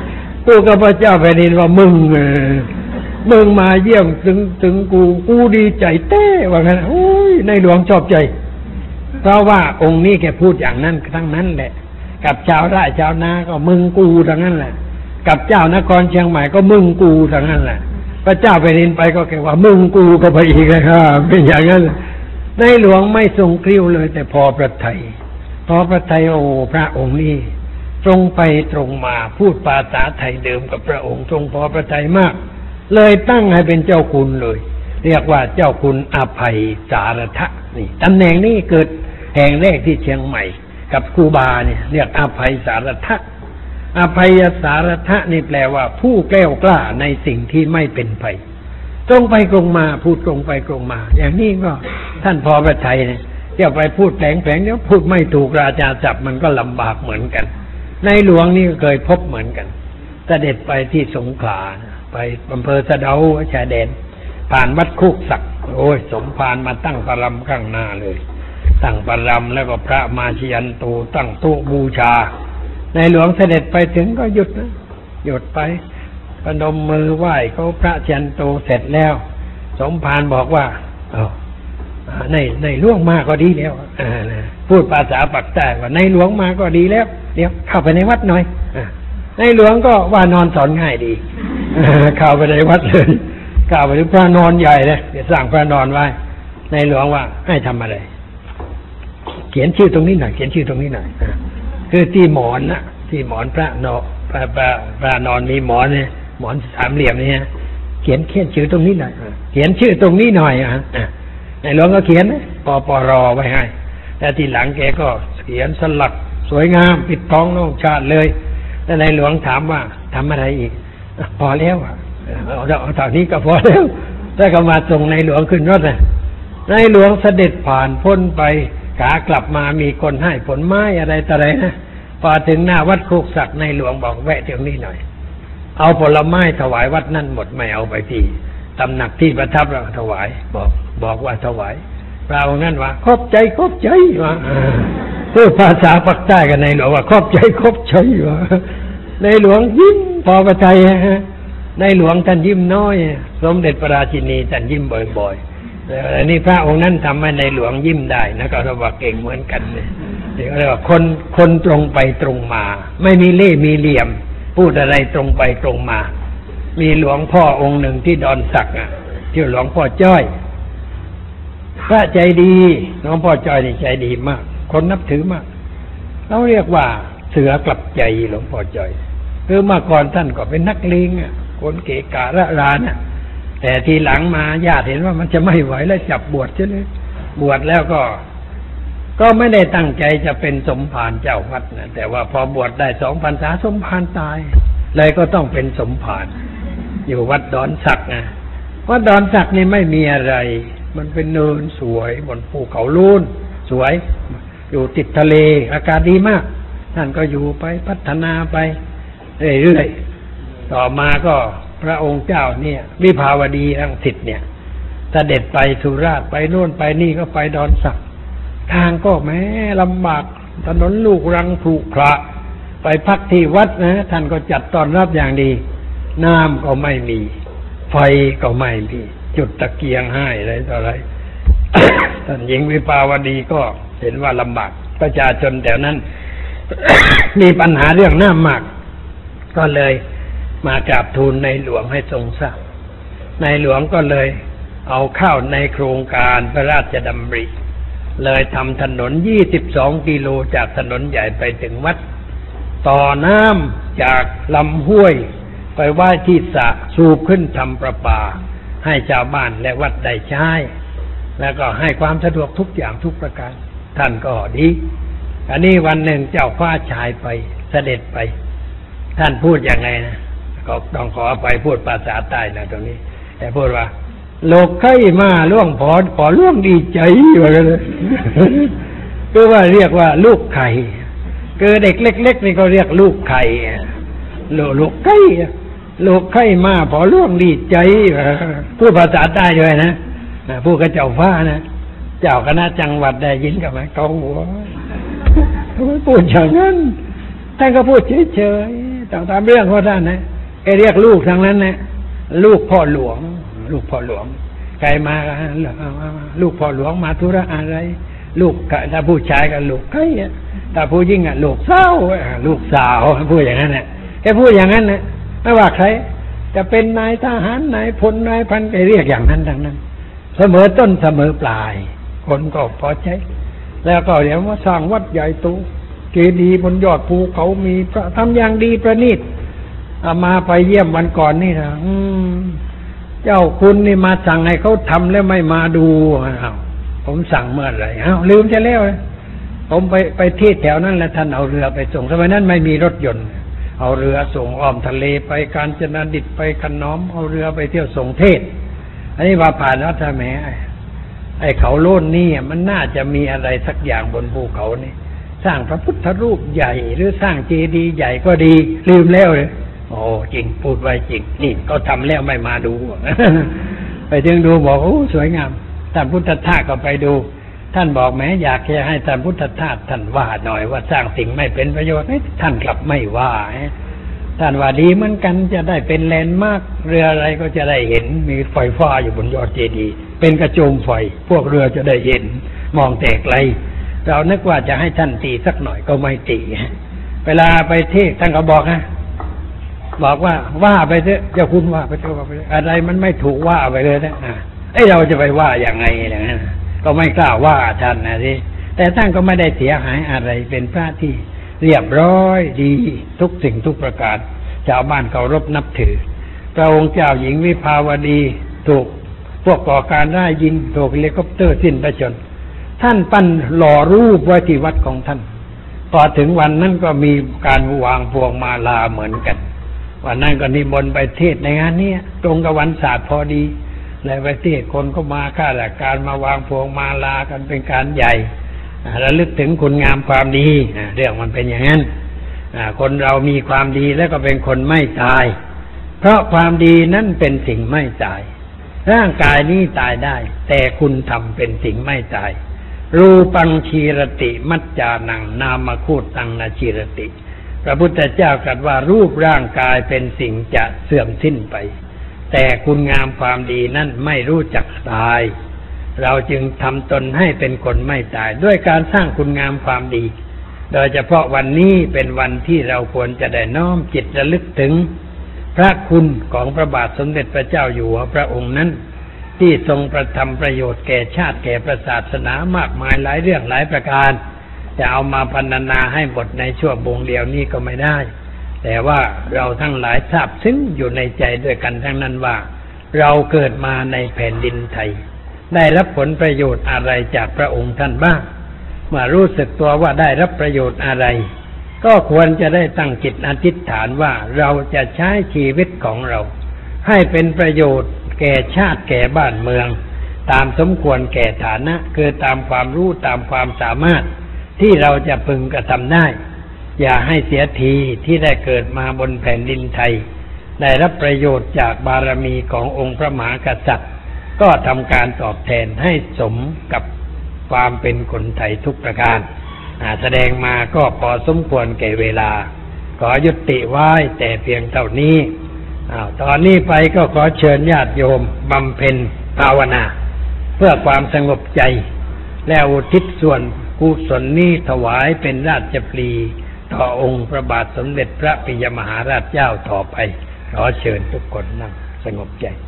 พูดกับพระเจ้าแผ่นดินว่ามึงมาเยี่ยมถึงกูดีใจเต้ว่างั้นโอ้ยในหลวงชอบใจเพราะว่าองค์นี้แกพูดอย่างนั้นทั้งนั้นแหละกับชาวไร่ชาวนาก็มึงกูทั้งนั้นแหละกับเจ้านครเชียงใหม่ก็มึงกูทั้งนั้นแหละพระเจ้าแผ่นดินไปก็แกว่ามึงกูก็ไปอีกนะครับเป็นอย่างนั้นในหลวงไม่ทรงกริ้วเลยแต่พอพระทัยโอ้พระองค์นี้ตรงไปตรงมาพูดภาษาไทยเดิมกับพระองค์ทรงพอพระทัยมากเลยตั้งให้เป็นเจ้าคุณเลยเรียกว่าเจ้าคุณอภัยสารทะนี่ตำแหน่งนี้เกิดแห่งแรกที่เชียงใหม่กับครูบาเนี่ยเรียกอภัยสารทะอภัยสารทะนี่แปลว่าผู้แกล้วกล้าในสิ่งที่ไม่เป็นภัยตรงไปตรงมาพูดตรงไปตรงมาอย่างนี้ก็ท่านพอพระทัยเนี่ยจะไปพูดแผลงเดี๋ยวพูดไม่ถูกราชาจับมันก็ลำบากเหมือนกันในหลวงนี่เคยพบเหมือนกันเสด็จไปที่สงขลาไปอำเภอสะเดาชายแดนผ่านวัดคุกศักดิ์โอ้ยสมภารมาตั้งประรำข้างหน้าเลยตั้งประรำแล้วก็พระมาชยันตูตั้งโต๊ะบูชาในหลวงเสด็จไปถึงก็หยุดไปพนมมือไหว้เขาพระชยันตูเสร็จแล้วสมภารบอกว่าในหลวงมาก็ดีแล้วพูดภาษาปักใต้ว่าในหลวงมาก็ดีแล้วเดี๋ยวเข้าไปในวัดหน่อยในหลวงก็ว่านอนสอนง่ายดีเข้าไปในวัดเลยเข้าไปถึงพระนอนใหญ่เลยเดี๋ยวสร้างพระนอนไว้ในหลวงว่าให้ทำอะไรเขียนชื่อตรงนี้หน่อยคือที่หมอนนะที่หมอนพระนอนมีหมอนเนี่ยหมอนสามเหลี่ยมนี่ฮะเขียนชื่อตรงนี้หน่อยเขียนชื่อตรงนี้หน่อยในหลวงก็เขียนปปรไว้ให้แต่ทีหลังแกก็เขียนสลักสวยงามปิดท้องน้องชาติเลยแล้วในหลวงถามว่าทำอะไรอีกพอแล้วเอาเท่านี้ก็พอแล้วแล้วก็มาส่งในหลวงขึ้นรถในหลวงเสด็จผ่านพ้นไปขากลับมามีคนให้ผลไม้อะไรต่ออะไรนะพอถึงหน้าวัดโคกศักดิ์ในหลวงบอกแวะตรงนี้หน่อยเอาผลไม้ถวายวัดนั่นหมดไม่เอาไปที่ตำหนักที่ประทับเราถวายบอกว่าถวายพระองค์นั้นว่าขอบใจว่าพูดภาษาปักใต้กันในหลวงว่าขอบใจว่าในหลวงยิ้มพอพระทัยในหลวงท่านยิ้มน้อยสมเด็จพระราชินีท่านยิ้มบ่อยๆอันนี้พระองค์นั้นทำให้ในหลวงยิ้มได้นะก็เรียกว่าเก่งเหมือนกันเลยเรียกว่าคนตรงไปตรงมาไม่มีเล่ห์มีเหลี่ยมพูดอะไรตรงไปตรงมามีหลวงพ่อองค์หนึ่งที่ดอนสักชื่อหลวงพ่อจ้อยพระใจดีหลวงพ่อจ้อยนี่ใจดีมากคนนับถือมากเราเรียกว่าเสือกลับใจหลวงพ่อจ้อยคือเมื่อก่อนท่านก็เป็นนักเลงคนเกะกะระรานแต่ทีหลังมาญาติเห็นว่ามันจะไม่ไหวแล้วจับบวชใช่ไหมบวชแล้วก็ไม่ได้ตั้งใจจะเป็นสมภารเจ้าวัดนะแต่ว่าพอบวชได้2 พรรษาสมภารตายเลยก็ต้องเป็นสมภารอยู่วัดดอนสักวัดดอนสักนี่ไม่มีอะไรมันเป็นเนินสวยบนภูเขาลูนสวยอยู่ติดทะเลอากาศดีมากท่านก็อยู่ไปพัฒนาไปเรื่อยๆต่อมาก็พระองค์เจ้าเนี่ยวิภาวดีรังสิตเนี่ยเสด็จไปสุราษฎร์ไปโน่นไปนี่ก็ไปดอนสักทางก็แม้ลำบากถนนลูกรังผุขระไปพักที่วัดนะท่านก็จัดต้อนรับอย่างดีน้ำก็ไม่มีไฟก็ไม่มีจุดตะเกียงให้อะไรต่ออะไร ท่านหญิงวิภาวดีก็เห็นว่าลำบากประชาชนแถวนั้น มีปัญหาเรื่องน้ำมากก็เลยมากราบทูลในหลวงให้ทรงทราบในหลวงก็เลยเอาเข้าในโครงการพระราชดำริเลยทำถนน22 กิโลจากถนนใหญ่ไปถึงวัดต่อน้ำจากลำห้วยไปไว้ที่สระสูบขึ้นทำประปาให้ชาวบ้านและวัดได้ใช้แล้วก็ให้ความสะดวกทุกอย่างทุกประการท่านก็ดีอันนี้วันหนึ่งเจ้าฟ้าชายไปเสด็จไปท่านพูดยังไงนะก็ต้องขอไปพูดภาษาใต้นะตรงนี้แต่พูดว่าโลกไข่มาล่วงพอล่วงดีใจว่ากันเลยคือว่าเรียกว่าลูกไข่คือเด็กเล็กๆนี่ก็เรียกลูกไข่ลูกไข่โลกไข่มาพอล่วงดีใจพูดภาษาใต้ด้วยนะพูดกับเจ้าฟ้านะเจ้าคณะจังหวัดได้ยินกับไหมเกาหัวพูดอย่างนั้นท่านก็พูดเฉยๆตามเรื่องของท่านนะเรียกลูกทั้งนั้นนะลูกพ่อหลวงลูกพ่อหลวงใครมาลูกพ่อหลวงมาธุระอะไรลูกถ้าผู้ชายก็ลูกใครถ้าผู้หญิงลูกสาวลูกสาวพูดอย่างนั้นนะแค่พูดอย่างนั้นนะไม่ว่าใครจะเป็นนายทหารนายพลนายพันแกเรียกอย่างนั้นทั้งนั้นเสมอต้นเสมอปลายคนก็พอใจแล้วก็เดี๋ยวว่าสร้างวัดใหญ่โตเจดีย์บนยอดภูเขามีพระทำอย่างดีประณีตมาไปเยี่ยมวันก่อนนี่นะเจ้าคุณนี่มาสั่งให้เขาทำแล้วไม่มาดูผมสั่งเมื่อไหร่ลืมจะแล้วผมไปที่แถวนั้นแล้วท่านเอาเรือไปส่งสมัยนั้นไม่มีรถยนต์เอาเรือส่งอ้อมทะเลไปกาญจนดิตไปขนอมเอาเรือไปเที่ยวส่งเทศอันนี้ว่าผ่านวัดแหมไอ้เขาโล้นนี่มันน่าจะมีอะไรสักอย่างบนภูเขานี่สร้างพระพุทธรูปใหญ่หรือสร้างเจดีย์ใหญ่ก็ดีลืมแล้วเลยโอ้จริงพูดไว้จริงนี่ก็ทำแล้วไม่มาดู ไปถึงดูบอกโอ้สวยงามท่านพุทธทาสก็ไปดูท่านบอกแม้อยากจะให้ท่านพุทธทาสท่านว่าหน่อยว่าสร้างสิ่งไม่เป็นประโยชน์ท่านกลับไม่ว่าท่านว่าดีเหมือนกันจะได้เป็นแลนด์มาร์คเรืออะไรก็จะได้เห็นมีไฟฟ้าอยู่บนยอดเจดีย์เป็นกระโจมไฟพวกเรือจะได้เห็นมองแต่ไกลเรานึกว่าจะให้ท่านตีสักหน่อยก็ไม่ตีเวลาไปเทศท่านก็บอกบอกว่าไปเถอะเจ้าคุณว่าไปเถอะอะไรมันไม่ถูกว่าไปเลยนะเราจะไปว่าอย่างไงอย่างนั้นก็ไม่กล้าว่าท่านนะสิแต่ท่านก็ไม่ได้เสียหายอะไรเป็นพระที่เรียบร้อยดีทุกสิ่งทุกประการชาวบ้านเคารพนับถือพระองค์เจ้าหญิงวิภาวดีถูกพวกก่อการร้ายยิงถูกเฮลิคอปเตอร์สิ้นพระชนม์ท่านปั้นหล่อรูปไว้ที่วัดของท่านพอถึงวันนั้นก็มีการวางพวงมาลาเหมือนกันวันนั้นก็นิมนต์ไปเทศในงานนี้ตรงกับวันศาสตร์พอดีแล้วไปเทศคนก็มาข้าราชการมาวางพวงมาลากันเป็นการใหญ่ระลึกถึงคุณงามความดีเรื่องมันเป็นอย่างนั้นคนเรามีความดีแล้วก็เป็นคนไม่ตายเพราะความดีนั้นเป็นสิ่งไม่ตายร่างกายนี้ตายได้แต่คุณทำเป็นสิ่งไม่ตายรูปังชีรติมัจจานังนามคูตังนาชีรติพระพุทธเจ้าตรัสว่ารูปร่างกายเป็นสิ่งจะเสื่อมสิ้นไปแต่คุณงามความดีนั้นไม่รู้จักตายเราจึงทำตนให้เป็นคนไม่ตายด้วยการสร้างคุณงามความดีโดยเฉพาะวันนี้เป็นวันที่เราควรจะได้น้อมจิตระลึกถึงพระคุณของพระบาทสมเด็จพระเจ้าอยู่หัวพระองค์นั้นที่ทรงประทำประโยชน์แก่ชาติแก่ประศาสนามากมายหลายเรื่องหลายประการจะเอามาพรรณนาให้หมดในชั่วโมงเดียวนี้ก็ไม่ได้แต่ว่าเราทั้งหลายทราบซึ้งอยู่ในใจด้วยกันทั้งนั้นว่าเราเกิดมาในแผ่นดินไทยได้รับผลประโยชน์อะไรจากพระองค์ท่านบ้างเมื่อรู้สึกตัวว่าได้รับประโยชน์อะไรก็ควรจะได้ตั้งจิตอธิษฐานว่าเราจะใช้ชีวิตของเราให้เป็นประโยชน์แก่ชาติแก่บ้านเมืองตามสมควรแก่ฐานะคือตามความรู้ตามความสามารถที่เราจะพึงกระทำได้อย่าให้เสียทีที่ได้เกิดมาบนแผ่นดินไทยได้รับประโยชน์จากบารมีขององค์พระมหากษัตริย์ก็ทำการตอบแทนให้สมกับความเป็นคนไทยทุกประการแสดงมาก็พอสมควรแก่เวลาขอยุติไว้แต่เพียงเท่านี้ตอนนี้ไปก็ขอเชิญญาติโยมบำเพ็ญภาวนาเพื่อความสงบใจและอุทิศส่วนกุศลนี้ถวายเป็นราชปลีต่อองค์พระบาทสมเด็จพระปิยมหาราชเจ้าต่อไปขอเชิญทุกคนนั่งสงบใจ